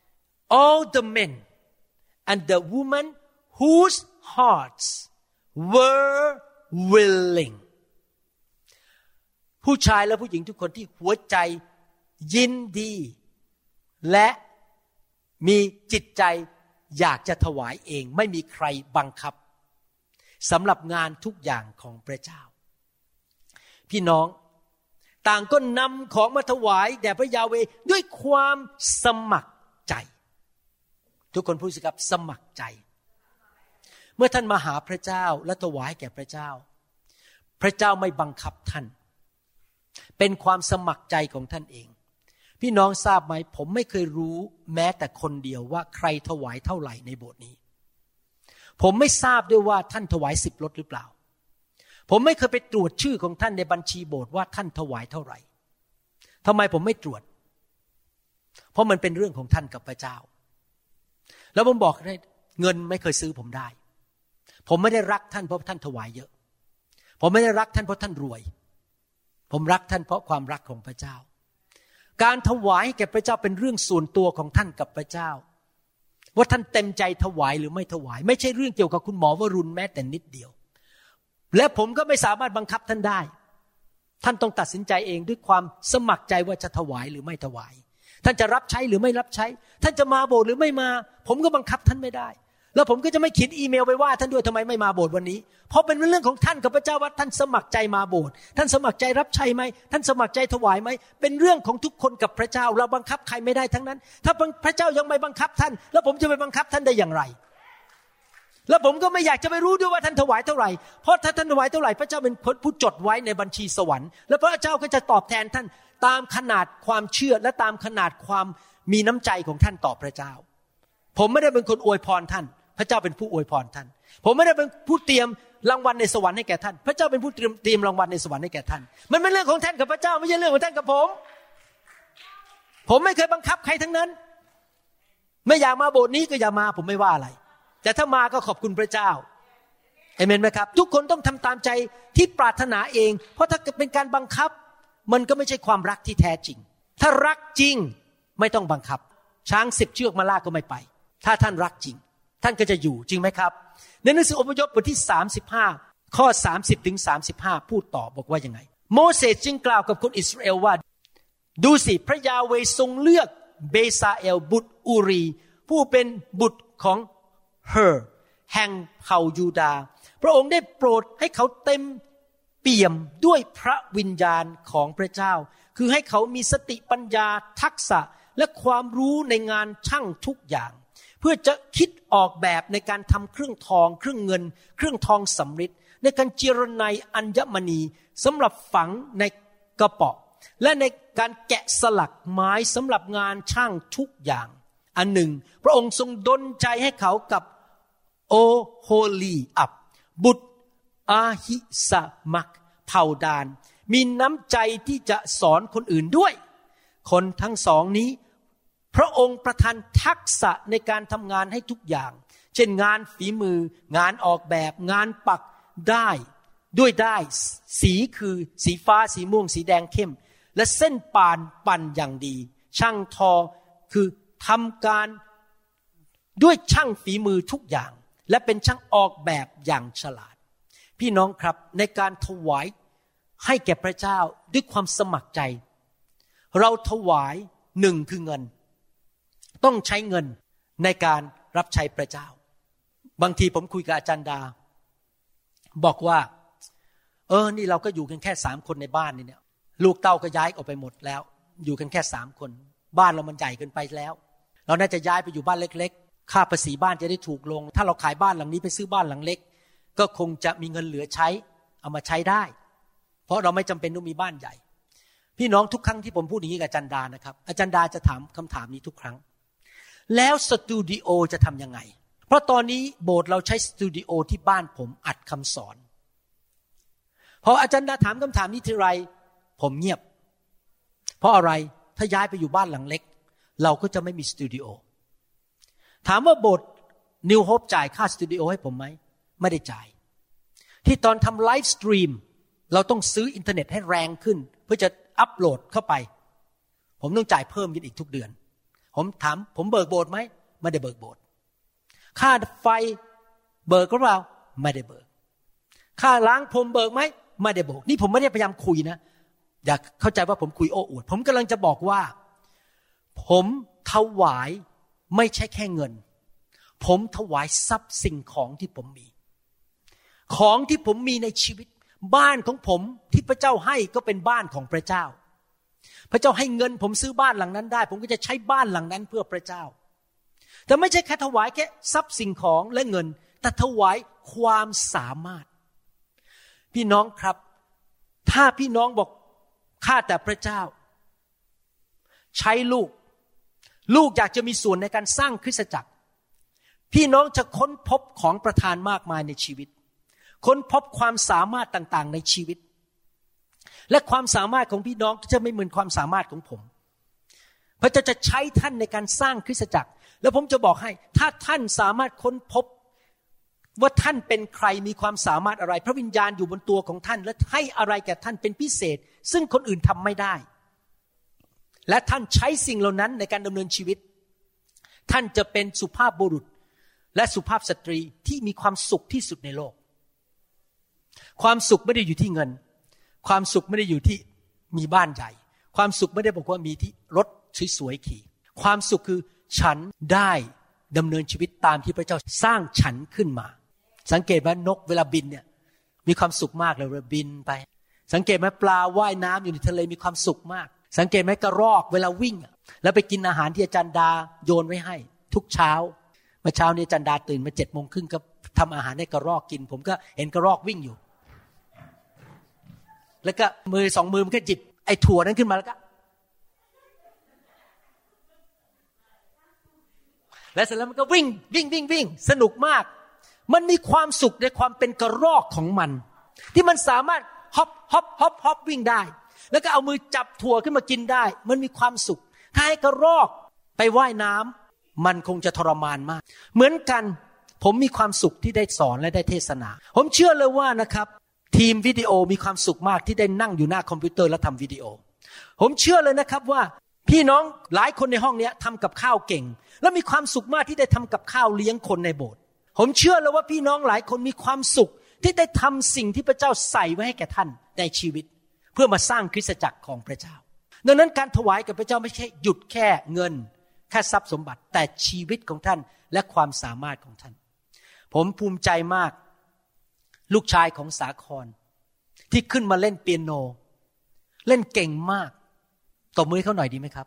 [SPEAKER 2] all the men and the women whose hearts were willing ผู้ชายและผู้หญิงทุกคนที่หัวใจยินดีและมีจิตใจอยากจะถวายเองไม่มีใครบังคับสำหรับงานทุกอย่างของพระเจ้าพี่น้องต่างก็นำของมาถวายแด่พระยาเวห์ด้วยความสมัครใจทุกคนพูดสิครับสมัครใจเมื่อท่านมาหาพระเจ้าและถวายแก่พระเจ้าพระเจ้าไม่บังคับท่านเป็นความสมัครใจของท่านเองพี่น้องทราบไหมผมไม่เคยรู้แม้แต่คนเดียวว่าใครถวายเท่าไหร่ในโบสถ์นี้ผมไม่ทราบด้วยว่าท่านถวายสิบรถหรือเปล่าผมไม่เคยไปตรวจชื่อของท่านในบัญชีโบสถ์ว่าท่านถวายเท่าไหร่ทำไมผมไม่ตรวจเพราะมันเป็นเรื่องของท่านกับพระเจ้าแล้วผมบอกให้เงินไม่เคยซื้อผมได้ผมไม่ได้รักท่านเพราะท่านถวายเยอะผมไม่ได้รักท่านเพราะท่านรวยผมรักท่านเพราะความรักของพระเจ้าการถวายแก่พระเจ้าเป็นเรื่องส่วนตัวของท่านกับพระเจ้าว่าท่านเต็มใจถวายหรือไม่ถวายไม่ใช่เรื่องเกี่ยวกับคุณหมอวรุณแม้แต่นิดเดียวและผมก็ไม่สามารถบังคับท่านได้ท่านต้องตัดสินใจเองด้วยความสมัครใจว่าจะถวายหรือไม่ถวายท่านจะรับใช้หรือไม่รับใช้ท่านจะมาโบสถ์หรือไม่มาผมก็บังคับท่านไม่ได้แล้วผมก็จะไม่เขียนอีเมลไปว่าท่านด้วยทำไมไม่มาโบสถ์วันนี้เพราะเป็นเรื่องของท่านกับพระเจ้าว่าท่านสมัครใจมาโบสถ์ท่านสมัครใจรับใช้ไหมท่านสมัครใจถวายไหมเป็นเรื่องของทุกคนกับพระเจ้าเราบังคับใครไม่ได้ทั้งนั้นถ้าพระเจ้ายังไม่บังคับท่านแล้วผมจะไปบังคับท่านได้อย่างไรแล้วผมก็ไม่อยากจะไปรู้ด้วยว่าท่านถวายเท่าไหร่เพราะถ้าท่านถวายเท่าไหร่พระเจ้าเป็นผู้จดไว้ในบัญชีสวรรค์แล้วพระเจ้าก็จะตอบแทนท่านตามขนาดความเชื่อและตามขนาดความมีน้ำใจของท่านต่อพระเจ้าผมไม่ได้เป็นคนอวยพรท่านพระเจ้าเป็นผู้อวยพรท่านผมไม่ได้เป็นผู้เตรียมรางวัลในสวรรค์ให้แก่ท่านพระเจ้าเป็นผู้เตรียมเตรียมรางวัลในสวรรค์ให้แก่ท่านมันเป็นเรื่องของท่านกับพระเจ้าไม่ใช่เรื่องของท่านกับผมผมไม่เคยบังคับใครทั้งนั้นไม่อยากมาโบสถ์นี้ก็อย่ามาผมไม่ว่าอะไรแต่ถ้ามาก็ขอบคุณพระเจ้าเอเมนไหมครับทุกคนต้องทำตามใจที่ปรารถนาเองเพราะถ้าเป็นการบังคับมันก็ไม่ใช่ความรักที่แท้จริงถ้ารักจริงไม่ต้องบังคับช้างสิบเชือกมาลากก็ไม่ไปถ้าท่านรักจริงท่านก็จะอยู่จริงไหมครับในหนังสืออพยพบทที่สามสิบห้าข้อสามสิบถึงสามสิบห้าพูดต่อบอกว่ายังไงโมเสสจึงกล่าวกับคนอิสราเอลว่าดูสิพระยาเวห์ทรงเลือกเบซาเอลบุตรอูรีผู้เป็นบุตรของเฮอร์แห่งเผ่ายูดาห์พระองค์ได้โปรดให้เขาเต็มเปี่ยมด้วยพระวิญญาณของพระเจ้าคือให้เขามีสติปัญญาทักษะและความรู้ในงานช่างทุกอย่างเพื่อจะคิดออกแบบในการทำเครื่องทองเครื่องเงินเครื่องทองสำริดในการเจรไนอัญมณีสำหรับฝังในกระเป๋าและในการแกะสลักไม้สำหรับงานช่างทุกอย่างอันหนึ่งพระองค์ทรงดลใจให้เขากับโอโฮลีอับบุตรอาหิสามักเผ่าดานมีน้ำใจที่จะสอนคนอื่นด้วยคนทั้งสองนี้พระองค์ประทานทักษะในการทำงานให้ทุกอย่างเช่นงานฝีมืองานออกแบบงานปักได้ด้วยได้สีคือสีฟ้าสีม่วงสีแดงเข้มและเส้นปานปั่นอย่างดีช่างทอคือทำการด้วยช่างฝีมือทุกอย่างและเป็นช่างออกแบบอย่างฉลาดพี่น้องครับในการถวายให้แก่พระเจ้าด้วยความสมัครใจเราถวายหนึ่งคือเงินต้องใช้เงินในการรับใช้พระเจ้าบางทีผมคุยกับอาจารย์ดาบอกว่าเออนี่เราก็อยู่กันแค่สามคนในบ้านนี่เนี่ยลูกเต้าก็ย้ายออกไปหมดแล้วอยู่กันแค่สามคนบ้านเรามันใหญ่เกินไปแล้วเราน่าจะย้ายไปอยู่บ้านเล็กๆค่าภาษีบ้านจะได้ถูกลงถ้าเราขายบ้านหลังนี้ไปซื้อบ้านหลังเล็กก็คงจะมีเงินเหลือใช้เอามาใช้ได้เพราะเราไม่จำเป็นต้องมีบ้านใหญ่พี่น้องทุกครั้งที่ผมพูดอย่างนี้กับอาจารย์ดานะครับอาจารย์ดาจะถามคำถามนี้ทุกครั้งแล้วสตูดิโอจะทำยังไงเพราะตอนนี้โบสถ์เราใช้สตูดิโอที่บ้านผมอัดคำสอนพออาจารย์ดาถามคำถามนี้ทีไรผมเงียบเพราะอะไรถ้าย้ายไปอยู่บ้านหลังเล็กเราก็จะไม่มีสตูดิโอถามว่าโบสถ์ New Hope จ่ายค่าสตูดิโอให้ผมไหมไม่ได้จ่ายที่ตอนทำไลฟ์สตรีมเราต้องซื้ออินเทอร์เน็ตให้แรงขึ้นเพื่อจะอัปโหลดเข้าไปผมต้องจ่ายเพิ่มขึ้นอีกทุกเดือนผมถามผมเบิกโบสถ์ไหมไม่ได้เบิกโบสถ์ค่าไฟเบิกหรือเปล่าไม่ได้เบิกค่าล้างพรมเบิกไหมไม่ได้เบิกนี่ผมไม่ได้พยายามคุยนะอย่าเข้าใจว่าผมคุยโอ้อวดผมกำลังจะบอกว่าผมถวายไม่ใช่แค่เงินผมถวายทรัพย์สิ่งของที่ผมมีของที่ผมมีในชีวิตบ้านของผมที่พระเจ้าให้ก็เป็นบ้านของพระเจ้าพระเจ้าให้เงินผมซื้อบ้านหลังนั้นได้ผมก็จะใช้บ้านหลังนั้นเพื่อพระเจ้าแต่ไม่ใช่แค่ถวายแค่ทรัพย์สิ่งของและเงินแต่ถวายความสามารถพี่น้องครับถ้าพี่น้องบอกข้าแต่พระเจ้าใช้ลูกลูกอยากจะมีส่วนในการสร้างคริสตจักรพี่น้องจะค้นพบของประทานมากมายในชีวิตค้นพบความสามารถต่างๆในชีวิตและความสามารถของพี่น้องจะไม่เหมือนความสามารถของผมพระเจ้าจะใช้ท่านในการสร้างคริสตจักรแล้วผมจะบอกให้ถ้าท่านสามารถค้นพบว่าท่านเป็นใครมีความสามารถอะไรพระวิญญาณอยู่บนตัวของท่านและให้อะไรแก่ท่านเป็นพิเศษซึ่งคนอื่นทำไม่ได้และท่านใช้สิ่งเหล่านั้นในการดำเนินชีวิตท่านจะเป็นสุภาพบุรุษและสุภาพสตรีที่มีความสุขที่สุดในโลกความสุขไม่ได้อยู่ที่เงินความสุขไม่ได้อยู่ที่มีบ้านใหญ่ความสุขไม่ได้บอกว่ามีที่รถสวยๆขี่ความสุขคือฉันได้ดำเนินชีวิตตามที่พระเจ้าสร้างฉันขึ้นมาสังเกตว่านกเวลาบินเนี่ยมีความสุขมากเลยเวลาบินไปสังเกตไหมปลาว่ายน้ำอยู่ในทะเลมีความสุขมากสังเกตไหมกระรอกเวลาวิ่งแล้วไปกินอาหารที่อาจารย์ดาโยนไว้ให้ทุกเช้าเมื่อเช้านี้อาจารย์ดาตื่นมาเจ็ดโมงครึ่งก็ทำอาหารให้กระรอกกินผมก็เห็นกระรอกวิ่งอยู่แล้วก็มือสองมือมันก็จิบไอ้ถั่วนั้นขึ้นมาแล้วก็และเสร็จแล้วมันก็วิ่งวิ่งวิ่งวิ่งสนุกมากมันมีความสุขในความเป็นกระรอกของมันที่มันสามารถฮอปฮอปฮอปฮอปวิ่งได้แล้วก็เอามือจับถั่วขึ้นมากินได้มันมีความสุขถ้าให้กระรอกไปว่ายน้ำมันคงจะทรมานมากเหมือนกันผมมีความสุขที่ได้สอนและได้เทศนาผมเชื่อเลยว่านะครับทีมวิดีโอมีความสุขมากที่ได้นั่งอยู่หน้าคอมพิวเตอร์และทำวิดีโอผมเชื่อเลยนะครับว่าพี่น้องหลายคนในห้องนี้ทำกับข้าวเก่งและมีความสุขมากที่ได้ทำกับข้าวเลี้ยงคนในโบสถ์ผมเชื่อเลยว่าพี่น้องหลายคนมีความสุขที่ได้ทำสิ่งที่พระเจ้าใส่ไว้ให้แก่ท่านในชีวิตเพื่อมาสร้างคริสตจักรของพระเจ้าดังนั้นการถวายกับพระเจ้าไม่ใช่หยุดแค่เงินแค่ทรัพย์สมบัติแต่ชีวิตของท่านและความสามารถของท่านผมภูมิใจมากลูกชายของสาครที่ขึ้นมาเล่นเปียโนเล่นเก่งมากตบมือเขาหน่อยดีไหมครับ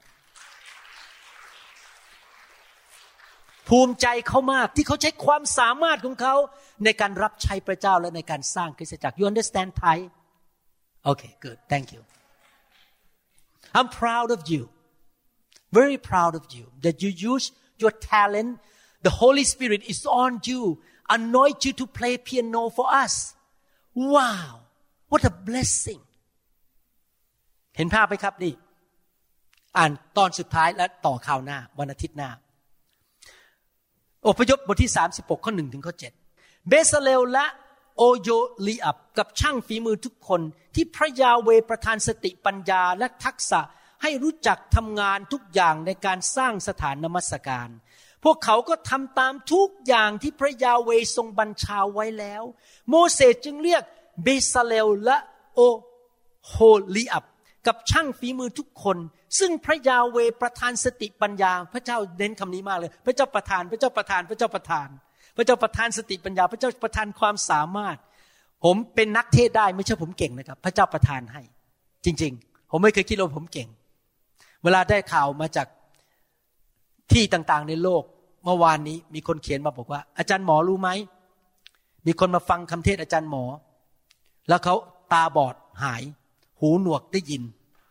[SPEAKER 2] ภูมิใจเขามากที่เขาใช้ความสามารถของเขาในการรับใช้พระเจ้าและในการสร้างคริสตจักร You understand Thai? Okay, good. Thank you. I'm proud of you. Very proud of you that you use your talent. The Holy Spirit is on you. Anoint you to play piano for us. Wow. What a blessing. เห็นภาพไหมครับนี่อ่านตอนสุดท้ายและต่อข่าวหน้าวันอาทิตย์หน้าอพยพบทที่สามสิบหกข้อหนึ่งถึงข้อเจ็ดเบซาเลลและโอโยลีอับกับช่างฝีมือทุกคนที่พระยาเวห์ประทานสติปัญญาและทักษะให้รู้จักทำงานทุกอย่างในการสร้างสถานนมัสการพวกเขาก็ทำตามทุกอย่างที่พระยาเวห์ทรงบัญชาไว้แล้วโมเสสจึงเรียกเบซาเลลและโอโฮลีอับกับช่างฝีมือทุกคนซึ่งพระยาเวห์ประทานสติปัญญาพระเจ้าเน้นคำนี้มากเลยพระเจ้าประทานพระเจ้าประทานพระเจ้าประทานพระเจ้าประทานสติปัญญาพระเจ้าประทานความสามารถผมเป็นนักเทศได้ไม่ใช่ผมเก่งนะครับพระเจ้าประทานให้จริงๆผมไม่เคยคิดว่าผมเก่งเวลาได้ข่าวมาจากที่ต่างๆในโลกเมื่อวานนี้มีคนเขียนมาบอกว่าอาจารย์หมอรู้ไหมมีคนมาฟังคำเทศอาจารย์หมอแล้วเขาตาบอดหายหูหนวกได้ยิน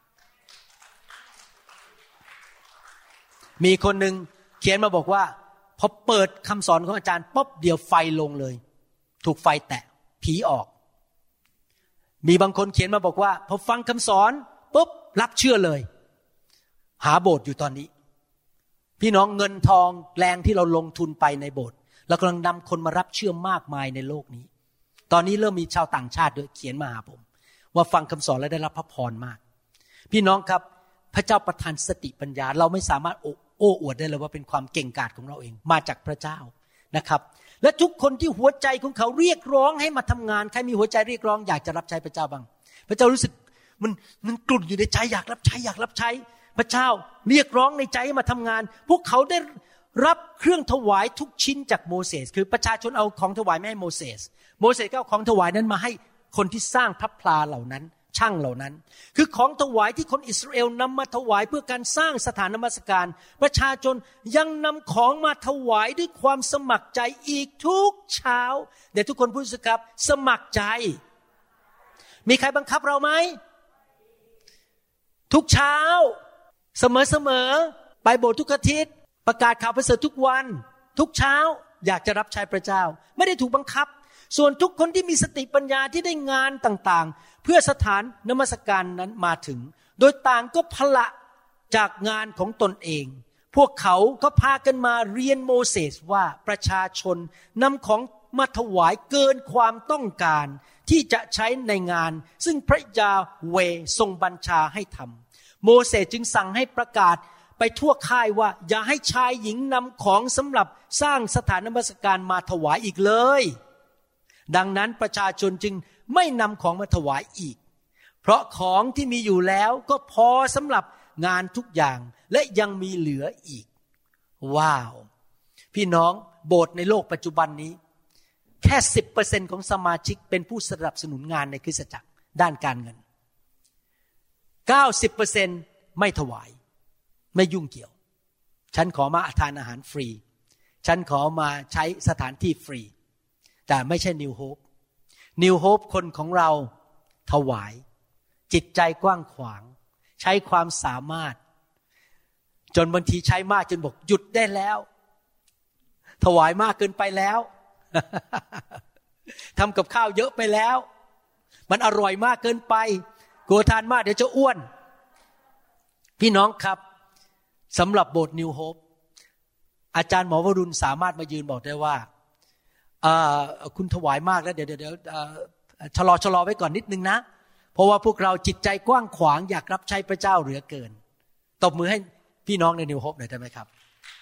[SPEAKER 2] มีคนหนึ่งเขียนมาบอกว่าพอเปิดคำสอนของอาจารย์ป๊อบเดียวไฟลงเลยถูกไฟแตะผีออกมีบางคนเขียนมาบอกว่าพอฟังคำสอนปุ๊บรับเชื่อเลยหาโบสถ์อยู่ตอนนี้พี่น้องเงินทองแรงที่เราลงทุนไปในโบสถ์เรากำลังนำคนมารับเชื่อมากมายในโลกนี้ตอนนี้เริ่มมีชาวต่างชาติด้วยเขียนมาหาผมว่าฟังคำสอนแล้วได้รับพระพรมากพี่น้องครับพระเจ้าประทานสติปัญญาเราไม่สามารถโอ้อวดได้เลยว่าเป็นความเก่งกาจของเราเองมาจากพระเจ้านะครับและทุกคนที่หัวใจของเขาเรียกร้องให้มาทำงานใครมีหัวใจเรียกร้องอยากจะรับใช้พระเจ้าบ้างพระเจ้ารู้สึกมันมันกลุ่นอยู่ในใจอยากรับใช้อยากรับใช้พระเจ้าเรียกร้องในใจให้มาทำงานพวกเขาได้รับเครื่องถวายทุกชิ้นจากโมเสสคือประชาชนเอาของถวายไม่ให้โมเสสโมเสสก็เอาของถวายนั้นมาให้คนที่สร้างพระพลาเหล่านั้นช่างเหล่านั้นคือของถวายที่คนอิสราเอลนำมาถวายเพื่อการสร้างสถานนมัสการประชาชนยังนำของมาถวายด้วยความสมัครใจอีกทุกเช้าเดี๋ยวทุกคนพูดสิครับสมัครใจมีใครบังคับเราไหมทุกเช้าเสมอๆไปโบสถ์ทุกอาทิตย์ประกาศข่าวประเสริฐทุกวันทุกเช้าอยากจะรับใช้พระเจ้าไม่ได้ถูกบังคับส่วนทุกคนที่มีสติปัญญาที่ได้งานต่างๆเพื่อสถานนมัสการนั้นมาถึงโดยต่างก็พละจากงานของตนเองพวกเขาก็พากันมาเรียนโมเสสว่าประชาชนนำของมาถวายเกินความต้องการที่จะใช้ในงานซึ่งพระยาเวห์ทรงบัญชาให้ทำโมเสสจึงสั่งให้ประกาศไปทั่วค่ายว่าอย่าให้ชายหญิงนำของสำหรับสร้างสถานนมัสการมาถวายอีกเลยดังนั้นประชาชนจึงไม่นำของมาถวายอีกเพราะของที่มีอยู่แล้วก็พอสำหรับงานทุกอย่างและยังมีเหลืออีกว้าวพี่น้องโบสถ์ในโลกปัจจุบันนี้แค่ สิบเปอร์เซ็นต์ ของสมาชิกเป็นผู้สนับสนุนงานในคริสตจักรด้านการเงิน เก้าสิบเปอร์เซ็นต์ ไม่ถวายไม่ยุ่งเกี่ยวฉันขอมาทานอาหารฟรีฉันขอมาใช้สถานที่ฟรีแต่ไม่ใช่ New Hope New Hope คนของเราถวายจิตใจกว้างขวางใช้ความสามารถจนบางทีใช้มากจนบอกหยุดได้แล้วถวายมากเกินไปแล้ว ทำกับข้าวเยอะไปแล้วมันอร่อยมากเกินไปกลัวทานมากเดี๋ยวจะอ้วนพี่น้องครับสำหรับโบสถ์ New Hope อาจารย์หมอวรุณสามารถมายืนบอกได้ว่าคุณถวายมากแล้วเดี๋ยวเดี๋ยวชะลอชะลอไว้ก่อนนิดนึงนะเพราะว่าพวกเราจิตใจกว้างขวางอยากรับใช้พระเจ้าเหลือเกินตบมือให้พี่น้องใน New Hope หน่อยได้ไหมครับ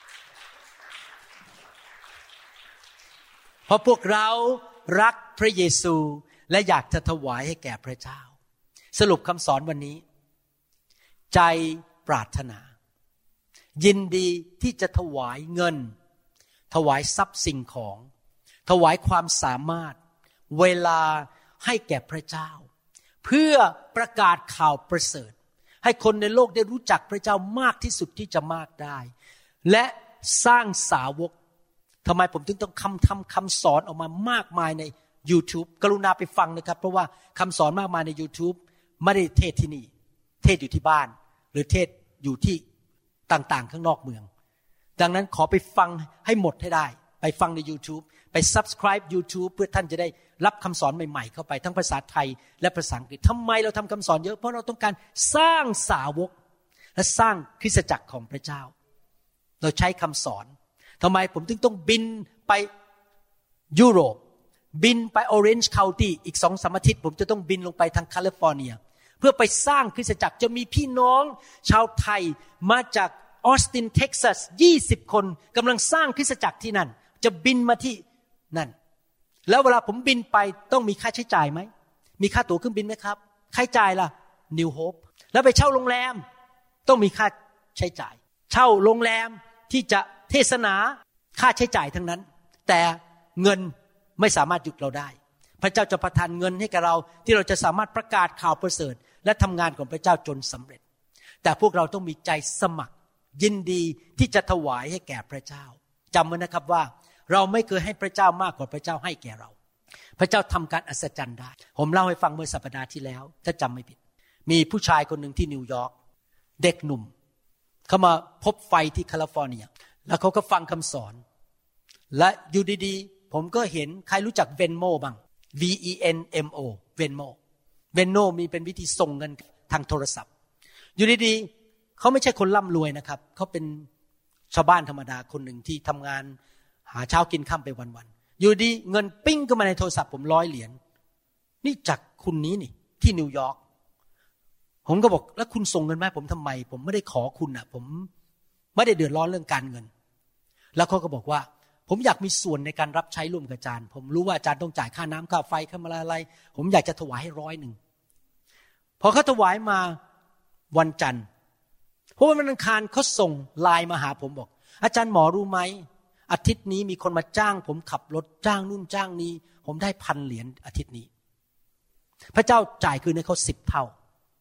[SPEAKER 2] เพราะพวกเรารักพระเยซูและอยากจะถวายให้แก่พระเจ้าสรุปคำสอนวันนี้ใจปรารถนายินดีที่จะถวายเงินถวายทรัพย์สิ่งของถวายความสามารถเวลาให้แก่พระเจ้าเพื่อประกาศข่าวประเสริฐให้คนในโลกได้รู้จักพระเจ้ามากที่สุดที่จะมากได้และสร้างสาวกทำไมผมถึงต้องคำทำคำสอนออกมามากมายใน YouTube กรุณาไปฟังนะครับเพราะว่าคำสอนมากมายใน YouTube ไม่ได้เทศที่นี่เทศอยู่ที่บ้านหรือเทศอยู่ที่ต่างๆข้างนอกเมืองดังนั้นขอไปฟังให้หมดให้ได้ไปฟังใน YouTube ไป Subscribe YouTube เพื่อท่านจะได้รับคำสอนใหม่ๆเข้าไปทั้งภาษาไทยและภาษาอังกฤษทำไมเราทำคำสอนเยอะเพราะเราต้องการสร้างสาวกและสร้างคริสตจักรของพระเจ้าเราใช้คำสอนทำไมผมถึงต้องบินไปยุโรปบินไป Orange County อีก สองสาม อาทิตย์ผมจะต้องบินลงไปทางแคลิฟอร์เนียเพื่อไปสร้างคริสตจักรจะมีพี่น้องชาวไทยมาจากออสตินเท็กซัสยี่สิบคนกำลังสร้างคริสตจักรที่นั่นจะบินมาที่นั่นแล้วเวลาผมบินไปต้องมีค่าใช้จ่ายไหมมีค่าตั๋วเครื่องบินไหมครับค่าใช้จ่ายล่ะ New Hope แล้วไปเช่าโรงแรมต้องมีค่าใช้จ่ายเช่าโรงแรมที่จะเทศนาค่าใช้จ่ายทั้งนั้นแต่เงินไม่สามารถหยุดเราได้พระเจ้าจะประทานเงินให้กับเราที่เราจะสามารถประกาศข่าวประเสริฐและทำงานของพระเจ้าจนสำเร็จแต่พวกเราต้องมีใจสมัครยินดีที่จะถวายให้แก่พระเจ้าจำไว้นะครับว่าเราไม่เคยให้พระเจ้ามากกว่าพระเจ้าให้แก่เราพระเจ้าทำการอัศจรรย์ได้ผมเล่าให้ฟังเมื่อสัปดาห์ที่แล้วถ้าจำไม่ผิดมีผู้ชายคนหนึ่งที่นิวยอร์กเด็กหนุ่มเขามาพบไฟที่แคลิฟอร์เนียแล้วเขาก็ฟังคำสอนและอยู่ดีๆผมก็เห็นใครรู้จัก Venmo บ้าง V E N M O Venmo Venmo มีเป็นวิธีส่งเงินทางโทรศัพท์อยู่ดีๆเขาไม่ใช่คนร่ำรวยนะครับเขาเป็นชาวบ้านธรรมดาคนหนึ่งที่ทำงานหาเช้ากินค่ำไปวันๆอยู่ดีเงินปิ้งเข้ามาในโทรศัพท์ผมร้อยเหรียญนี่จากคุณนี้นี่ที่นิวยอร์กผมก็บอกแล้วคุณส่งเงินมาให้ผมทำไมผมไม่ได้ขอคุณอ่ะผมไม่ได้เดือดร้อนเรื่องการเงินแล้วเขาก็บอกว่าผมอยากมีส่วนในการรับใช้ร่วมกับอาจารย์ผมรู้ว่าอาจารย์ต้องจ่ายค่าน้ำค่าไฟค่าอะไรผมอยากจะถวายให้ร้อยหนึ่งพอเขาถวายมาวันจันทร์เพราะวันอังคารเขาส่งไลน์มาหาผมบอกอาจารย์หมอรู้ไหมอาทิตย์นี้มีคนมาจ้างผมขับรถจ้างนู่นจ้างนี้ผมได้พันเหรียญอาทิตย์นี้พระเจ้าจ่ายคืนให้เขาสิบเท่า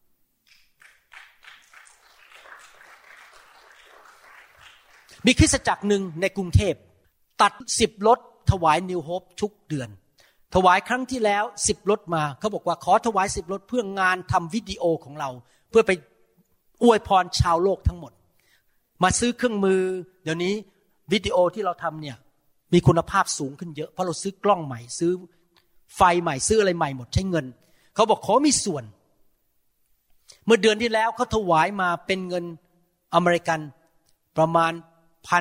[SPEAKER 2] มีคริสตจักรหนึ่งในกรุงเทพตัดสิบรถถวาย New Hope ทุกเดือนถวายครั้งที่แล้วสิบรถมาเขาบอกว่าขอถวายสิบรถเพื่องานทำวิดีโอของเราเพื่อไปอวยพรชาวโลกทั้งหมดมาซื้อเครื่องมือเดี๋ยวนี้วิดีโอที่เราทำเนี่ยมีคุณภาพสูงขึ้นเยอะเพราะเราซื้อกล้องใหม่ซื้อไฟใหม่ซื้ออะไรใหม่หมดใช้เงินเขาบอกขอมีส่วนเมื่อเดือนที่แล้วเขาถวายมาเป็นเงินอเมริกันประมาณพัน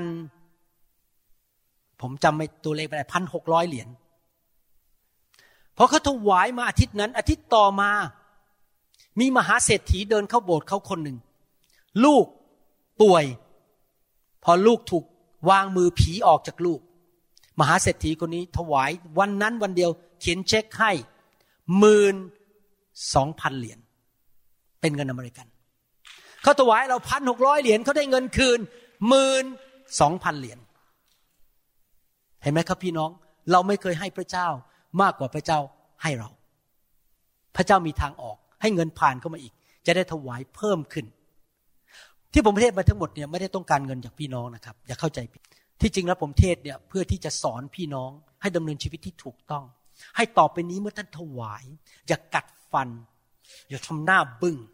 [SPEAKER 2] ผมจำไม่ตัวเลขไม่ได้พันหกร้อยเหรียญพอเขาถวายมาอาทิตย์นั้นอาทิตย์ต่อมามีมหาเศรษฐีเดินเข้าโบสถ์เขาคนหนึ่งลูกป่วยพอลูกถูกวางมือผีออกจากลูกมหาเศรษฐีคนนี้ถวายวันนั้นวันเดียวเขียนเช็คให้หมื่นสองพันเหรียญเป็นเงินอเมริกันเขาถวายเราพันหกร้อยเหรียญเขาได้เงินคืนหมื่นสองพันเหรียญเห็นไหมครับพี่น้องเราไม่เคยให้พระเจ้ามากกว่าพระเจ้าให้เราพระเจ้ามีทางออกให้เงินผ่านเข้ามาอีกจะได้ถวายเพิ่มขึ้นที่ผมเทศมาทั้งหมดเนี่ยไม่ได้ต้องการเงินจากพี่น้องนะครับอย่าเข้าใจผิดที่จริงแล้วผมเทศเนี่ยเพื่อที่จะสอนพี่น้องให้ดำเนินชีวิตที่ถูกต้องให้ต่อไปนี้เมื่อท่านถวายอย่ากัดฟันอย่าทำหน้าบึ้ง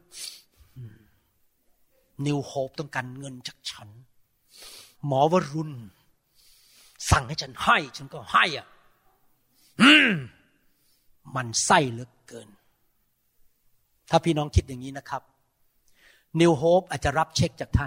[SPEAKER 2] นิวโฮปต้องการเงินจากฉันหมอวรุณสั่งให้ฉันให้ฉันก็ให้อ่ะมันไส้เหลือเกินถ้าพี่น้องคิดอย่างนี้นะครับนิวโฮปอาจจะรับเช็คจากท่าน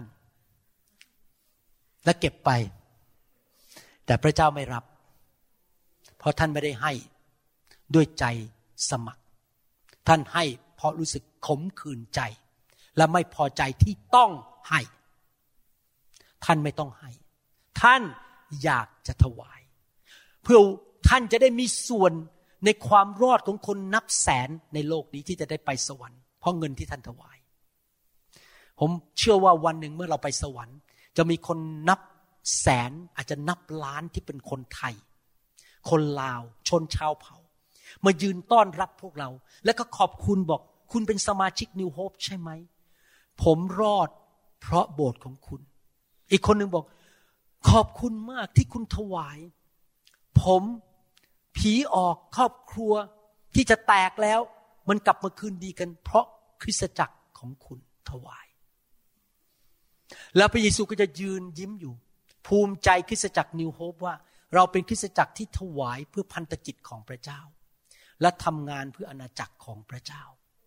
[SPEAKER 2] และเก็บไปแต่พระเจ้าไม่รับเพราะท่านไม่ได้ให้ด้วยใจสมัครท่านให้เพราะรู้สึกขมขื่นใจและไม่พอใจที่ต้องให้ท่านไม่ต้องให้ท่านอยากจะถวายเพื่อท่านจะได้มีส่วนในความรอดของคนนับแสนในโลกนี้ที่จะได้ไปสวรรค์เพราะเงินที่ท่านถวายผมเชื่อว่าวันหนึ่งเมื่อเราไปสวรรค์จะมีคนนับแสนอาจจะนับล้านที่เป็นคนไทยคนลาวชนชาวเผ่ามายืนต้อนรับพวกเราแล้วก็ขอบคุณบอกคุณเป็นสมาชิก New Hope ใช่ไหมผมรอดเพราะโบสถ์ของคุณอีกคนหนึ่งบอกขอบคุณมากที่คุณถวายผมผีออกครอบครัวที่จะแตกแล้วมันกลับมาคืนดีกันเพราะคริสตจักรของคุณถวายแล้วพระเยซูก็จะยืนยิ้มอยู่ภูมิใจคริสตจักร New Hope ว่าเราเป็นคริสตจักรที่ถวายเพื่อพันธกิจของพระเจ้าและทำงานเพื่ออาณาจักรของพระเจ้า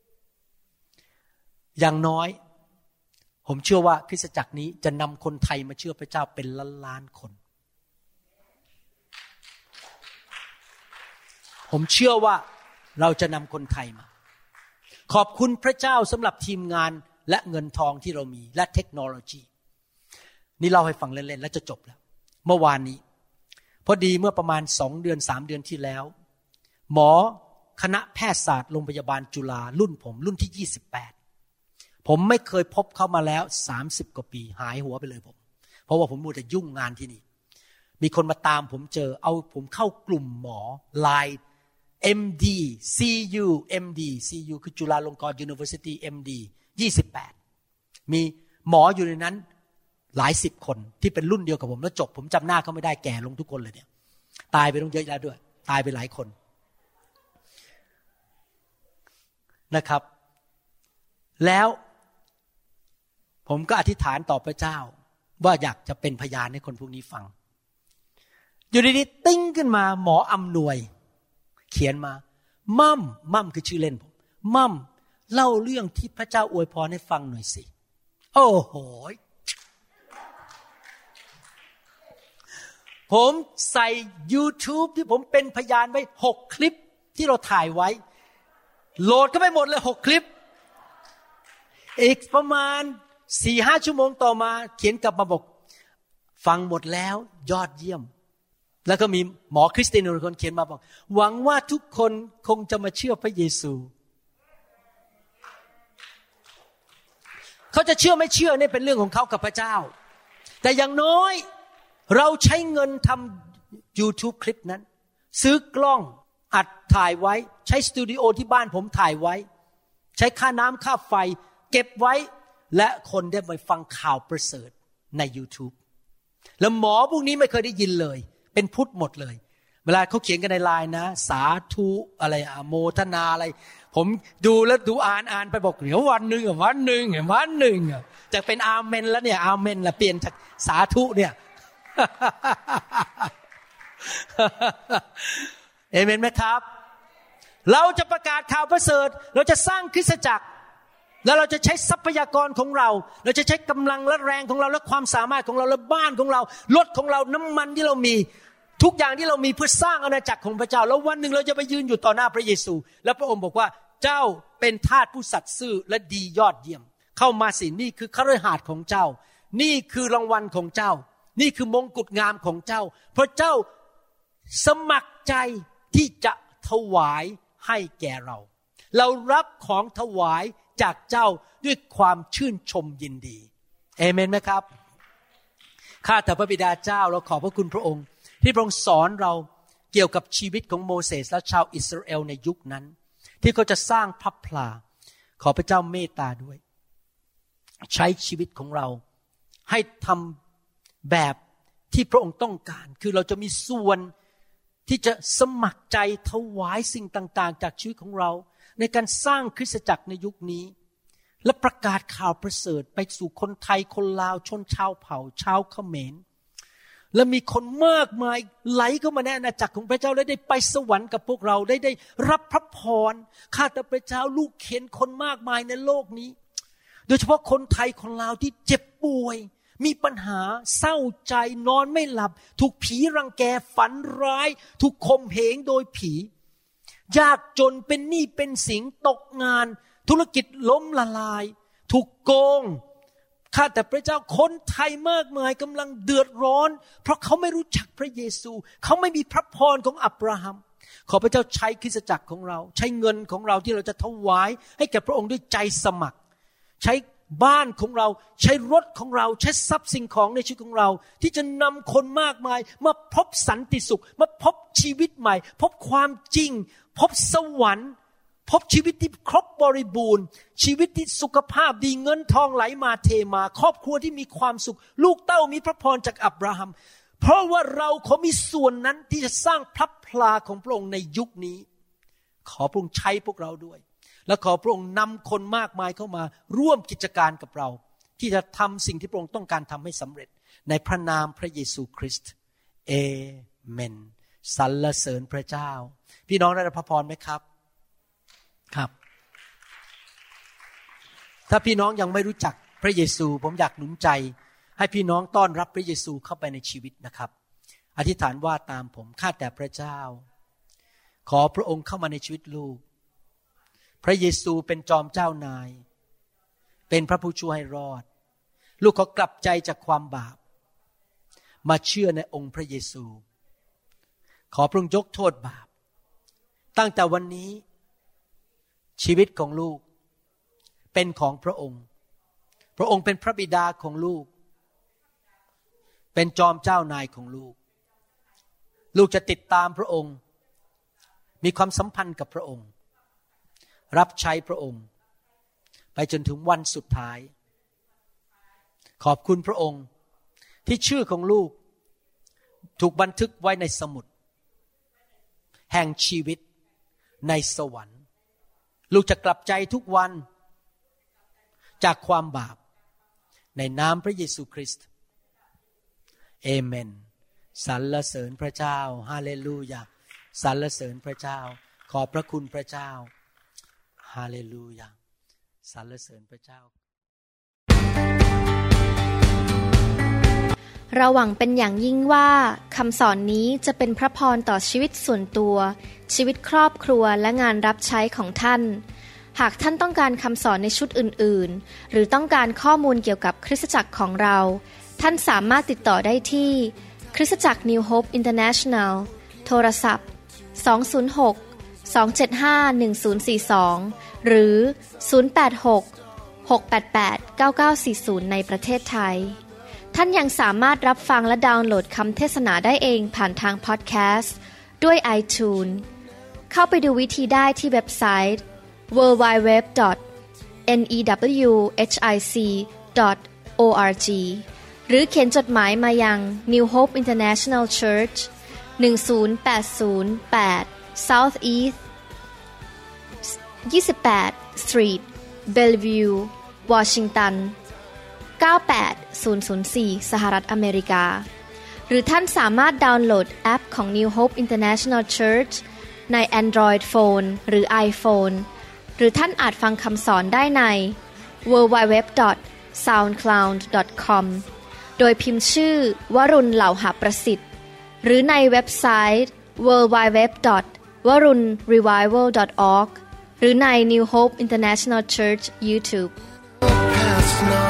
[SPEAKER 2] อย่างน้อยผมเชื่อว่าคริสตจักรนี้จะนำคนไทยมาเชื่อพระเจ้าเป็นล้านล้านคนผมเชื่อว่าเราจะนำคนไทยมาขอบคุณพระเจ้าสำหรับทีมงานและเงินทองที่เรามีและเทคโนโลยีนี่เล่าให้ฟังเล่นๆแล้วจะจบแล้วเมื่อวานนี้พอดีเมื่อประมาณสองเดือนสามเดือนที่แล้วหมอคณะแพทยศาสตร์โรงพยาบาลจุฬารุ่นผมรุ่นที่ยี่สิบแปดผมไม่เคยพบเขามาแล้วสามสิบกว่าปีหายหัวไปเลยผมเพราะว่าผมมัวแต่ยุ่งงานที่นี่มีคนมาตามผมเจอเอาผมเข้ากลุ่มหมอไลน์ เอ็ม ดี ซี ยู เอ็ม ดี ซี ยู คือจุฬาลงกรณ์ University เอ็ม ดี ยี่สิบแปดมีหมออยู่ในนั้นหลายสิบคนที่เป็นรุ่นเดียวกับผมแล้วจบผมจำหน้าเขาไม่ได้แก่ลงทุกคนเลยเนี่ยตายไปต้องเยอะแล้วด้วยตายไปหลายคนนะครับแล้วผมก็อธิษฐานต่อพระเจ้าว่าอยากจะเป็นพยานให้คนพวกนี้ฟังอยู่ดีๆติ้งขึ้นมาหมออำนวยเขียนมามั่มมั่มคือชื่อเล่นผมมั่มเล่าเรื่องที่พระเจ้าอวยพรให้ฟังหน่อยสิโอ้โหผมใส่ YouTube ที่ผมเป็นพยานไว้หกคลิปที่เราถ่ายไว้โหลดก็ไปหมดเลยหกคลิปอีกประมาณ สี่ห้า ชั่วโมงต่อมาเขียนกลับมาบอกฟังหมดแล้วยอดเยี่ยมแล้วก็มีหมอคริสเตียนคนเขียนมาบอกหวังว่าทุกคนคงจะมาเชื่อพระเยซูเขาจะเชื่อไม่เชื่อนี่เป็นเรื่องของเขากับพระเจ้าแต่อย่างน้อยเราใช้เงินทำ YouTube คลิปนั้นซื้อกล้องอัดถ่ายไว้ใช้สตูดิโอที่บ้านผมถ่ายไว้ใช้ค่าน้ำค่าไฟเก็บไว้และคนได้ไปฟังข่าวประเสริฐใน YouTube แล้วหมอพวกนี้ไม่เคยได้ยินเลยเป็นพุทธหมดเลยเวลาเขาเขียนกันในไลน์นะสาธุอะไรอะโมทนาอะไรผมดูแล้วดูอ่านอ่านไปบอกเดี๋ยววันหนึ่งวันหนึ่งวันหนึ่งจะเป็นอาเมนแล้วเนี่ยอาเมนละเปลี่ยนจากสาธุเนี่ยเอเมนไหมครับเราจะประกาศข่าวประเสริฐเราจะสร้างคริสตจักรแล้วเราจะใช้ทรัพยากรของเราเราจะใช้กำลังและแรงของเราและความสามารถของเราและบ้านของเรารถของเราน้ำมันที่เรามีทุกอย่างที่เรามีเพื่อสร้างอาณาจักรของพระเจ้าแล้ววันหนึ่งเราจะไปยืนอยู่ต่อหน้าพระเยซูแล้วพระองค์บอกว่าเจ้าเป็นทาสผู้สัตย์ซื่อและดียอดเยี่ยมเข้ามาสินี่คือคฤหาสน์ของเจ้านี่คือรางวัลของเจ้านี่คือมงกุฎงามของเจ้าเพราะเจ้าสมัครใจที่จะถวายให้แก่เราเรารับของถวายจากเจ้าด้วยความชื่นชมยินดีเอเมนไหมครับข้าแต่พระบิดาเจ้าเราขอบพระคุณพระองค์ที่พระองค์สอนเราเกี่ยวกับชีวิตของโมเสสและชาวอิสราเอลในยุคนั้นที่เขาจะสร้างพระพลาขอพระเจ้าเมตตาด้วยใช้ชีวิตของเราให้ทำแบบที่พระองค์ต้องการคือเราจะมีส่วนที่จะสมัครใจถวายสิ่งต่างๆจากชีวิตของเราในการสร้างคริสตจักรในยุคนี้และประกาศข่าวประเสริฐไปสู่คนไทยคนลาวชนชาวเผ่าชาวเขมรและมีคนมากมายไหลเข้ามาในอาณาจักรของพระเจ้าและได้ไปสวรรค์กับพวกเราได้ได้รับพระพรข้าแต่พระเจ้าลูกเข็นคนมากมายในโลกนี้โดยเฉพาะคนไทยคนลาวที่เจ็บป่วยมีปัญหาเศร้าใจนอนไม่หลับถูกผีรังแกฝันร้ายถูกข่มเหงโดยผียากจนเป็นหนี้เป็นสินตกงานธุรกิจล้มละลายถูกโกงข้าแต่พระเจ้าคนไทยมากมายกำลังเดือดร้อนเพราะเขาไม่รู้จักพระเยซูเขาไม่มีพระพรของอับราฮัมขอพระเจ้าใช้คริสตจักรของเราใช้เงินของเราที่เราจะถวายให้แก่พระองค์ด้วยใจสมัครใช้บ้านของเราใช้รถของเราใช้ทรัพย์สิ่งของในชีวิตของเราที่จะนำคนมากมายมาพบสันติสุขมาพบชีวิตใหม่พบความจริงพบสวรรค์พบชีวิตที่ครบบริบูรณ์ชีวิตที่สุขภาพดีเงินทองไหลมาเทมาครอบครัวที่มีความสุขลูกเต้ามีพระพรจากอับราฮัมเพราะว่าเราเขามีส่วนนั้นที่จะสร้างพระพลาของพระองค์ในยุคนี้ขอพระองค์ใช้พวกเราด้วยและขอพระองค์นำคนมากมายเข้ามาร่วมกิจการกับเราที่จะทำสิ่งที่พระองค์ต้องการทำให้สำเร็จในพระนามพระเยซูคริสต์เอเมนสรรเสริญพระเจ้าพี่น้องได้รับพระพรไหมครับครับถ้าพี่น้องยังไม่รู้จักพระเยซูผมอยากหนุนใจให้พี่น้องต้อนรับพระเยซูเข้าไปในชีวิตนะครับอธิษฐานว่าตามผมข้าแต่พระเจ้าขอพระองค์เข้ามาในชีวิตลูกพระเยซูเป็นจอมเจ้านายเป็นพระผู้ช่วยให้รอดลูกขอกลับใจจากความบาปมาเชื่อในองค์พระเยซูขอพระองค์ยกโทษบาปตั้งแต่วันนี้ชีวิตของลูกเป็นของพระองค์พระองค์เป็นพระบิดาของลูกเป็นจอมเจ้านายของลูกลูกจะติดตามพระองค์มีความสัมพันธ์กับพระองค์รับใช้พระองค์ไปจนถึงวันสุดท้ายขอบคุณพระองค์ที่ชื่อของลูกถูกบันทึกไว้ในสมุดแห่งชีวิตในสวรรค์ลูกจะกลับใจทุกวันจากความบาปในนามพระเยซูคริสต์เอเมนสรรเสริญพระเจ้าฮาเลลูยาสรรเสริญพระเจ้าขอบพระคุณพระเจ้าฮาเลลูยาสรรเสริญพระเจ้า
[SPEAKER 1] เราหวังเป็นอย่างยิ่งว่าคำสอนนี้จะเป็นพระพรต่อชีวิตส่วนตัวชีวิตครอบครัวและงานรับใช้ของท่านหากท่านต้องการคำสอนในชุดอื่นๆหรือต้องการข้อมูลเกี่ยวกับคริสตจักรของเราท่านสามารถติดต่อได้ที่คริสตจักร New Hope International โทรศัพท์สอง ศูนย์ หก สอง เจ็ด ห้า หนึ่ง ศูนย์ สี่ สองหรือศูนย์ แปด หก หก แปด แปด เก้า เก้า สี่ ศูนย์ในประเทศไทยท่านยังสามารถรับฟังและดาวน์โหลดคำเทศนาได้เองผ่านทางพอดแคสต์ด้วย iTunes เข้าไปดูวิธีได้ที่เว็บไซต์ ดับเบิลยู ดับเบิลยู ดับเบิลยู ดอท เน อี ดับเบิลยู เอช ไอ ซี ดอท โอ อาร์ จี หรือเขียนจดหมายมายัง New Hope International Church หนึ่ง ศูนย์ แปด ศูนย์ แปด South East ยี่สิบแปด Street Bellevue Washington เก้าแปดศูนย์ศูนย์สี่ สหรัฐอเมริกาหรือท่านสามารถดาวน์โหลดแอปของ New Hope International Church ใน Android Phone หรือ iPhone หรือท่านอาจฟังคำสอนได้ใน ดับเบิลยู ดับเบิลยู ดับเบิลยู ดอท ซาวด์คลาวด์ ดอท คอม โดยพิมพ์ชื่อวรุณเหล่าหาประสิทธิ์หรือในเว็บไซต์ ดับเบิลยู ดับเบิลยู ดับเบิลยู ดอท วรุณ รีไววัล ดอท ออร์ก หรือใน New Hope International Church YouTube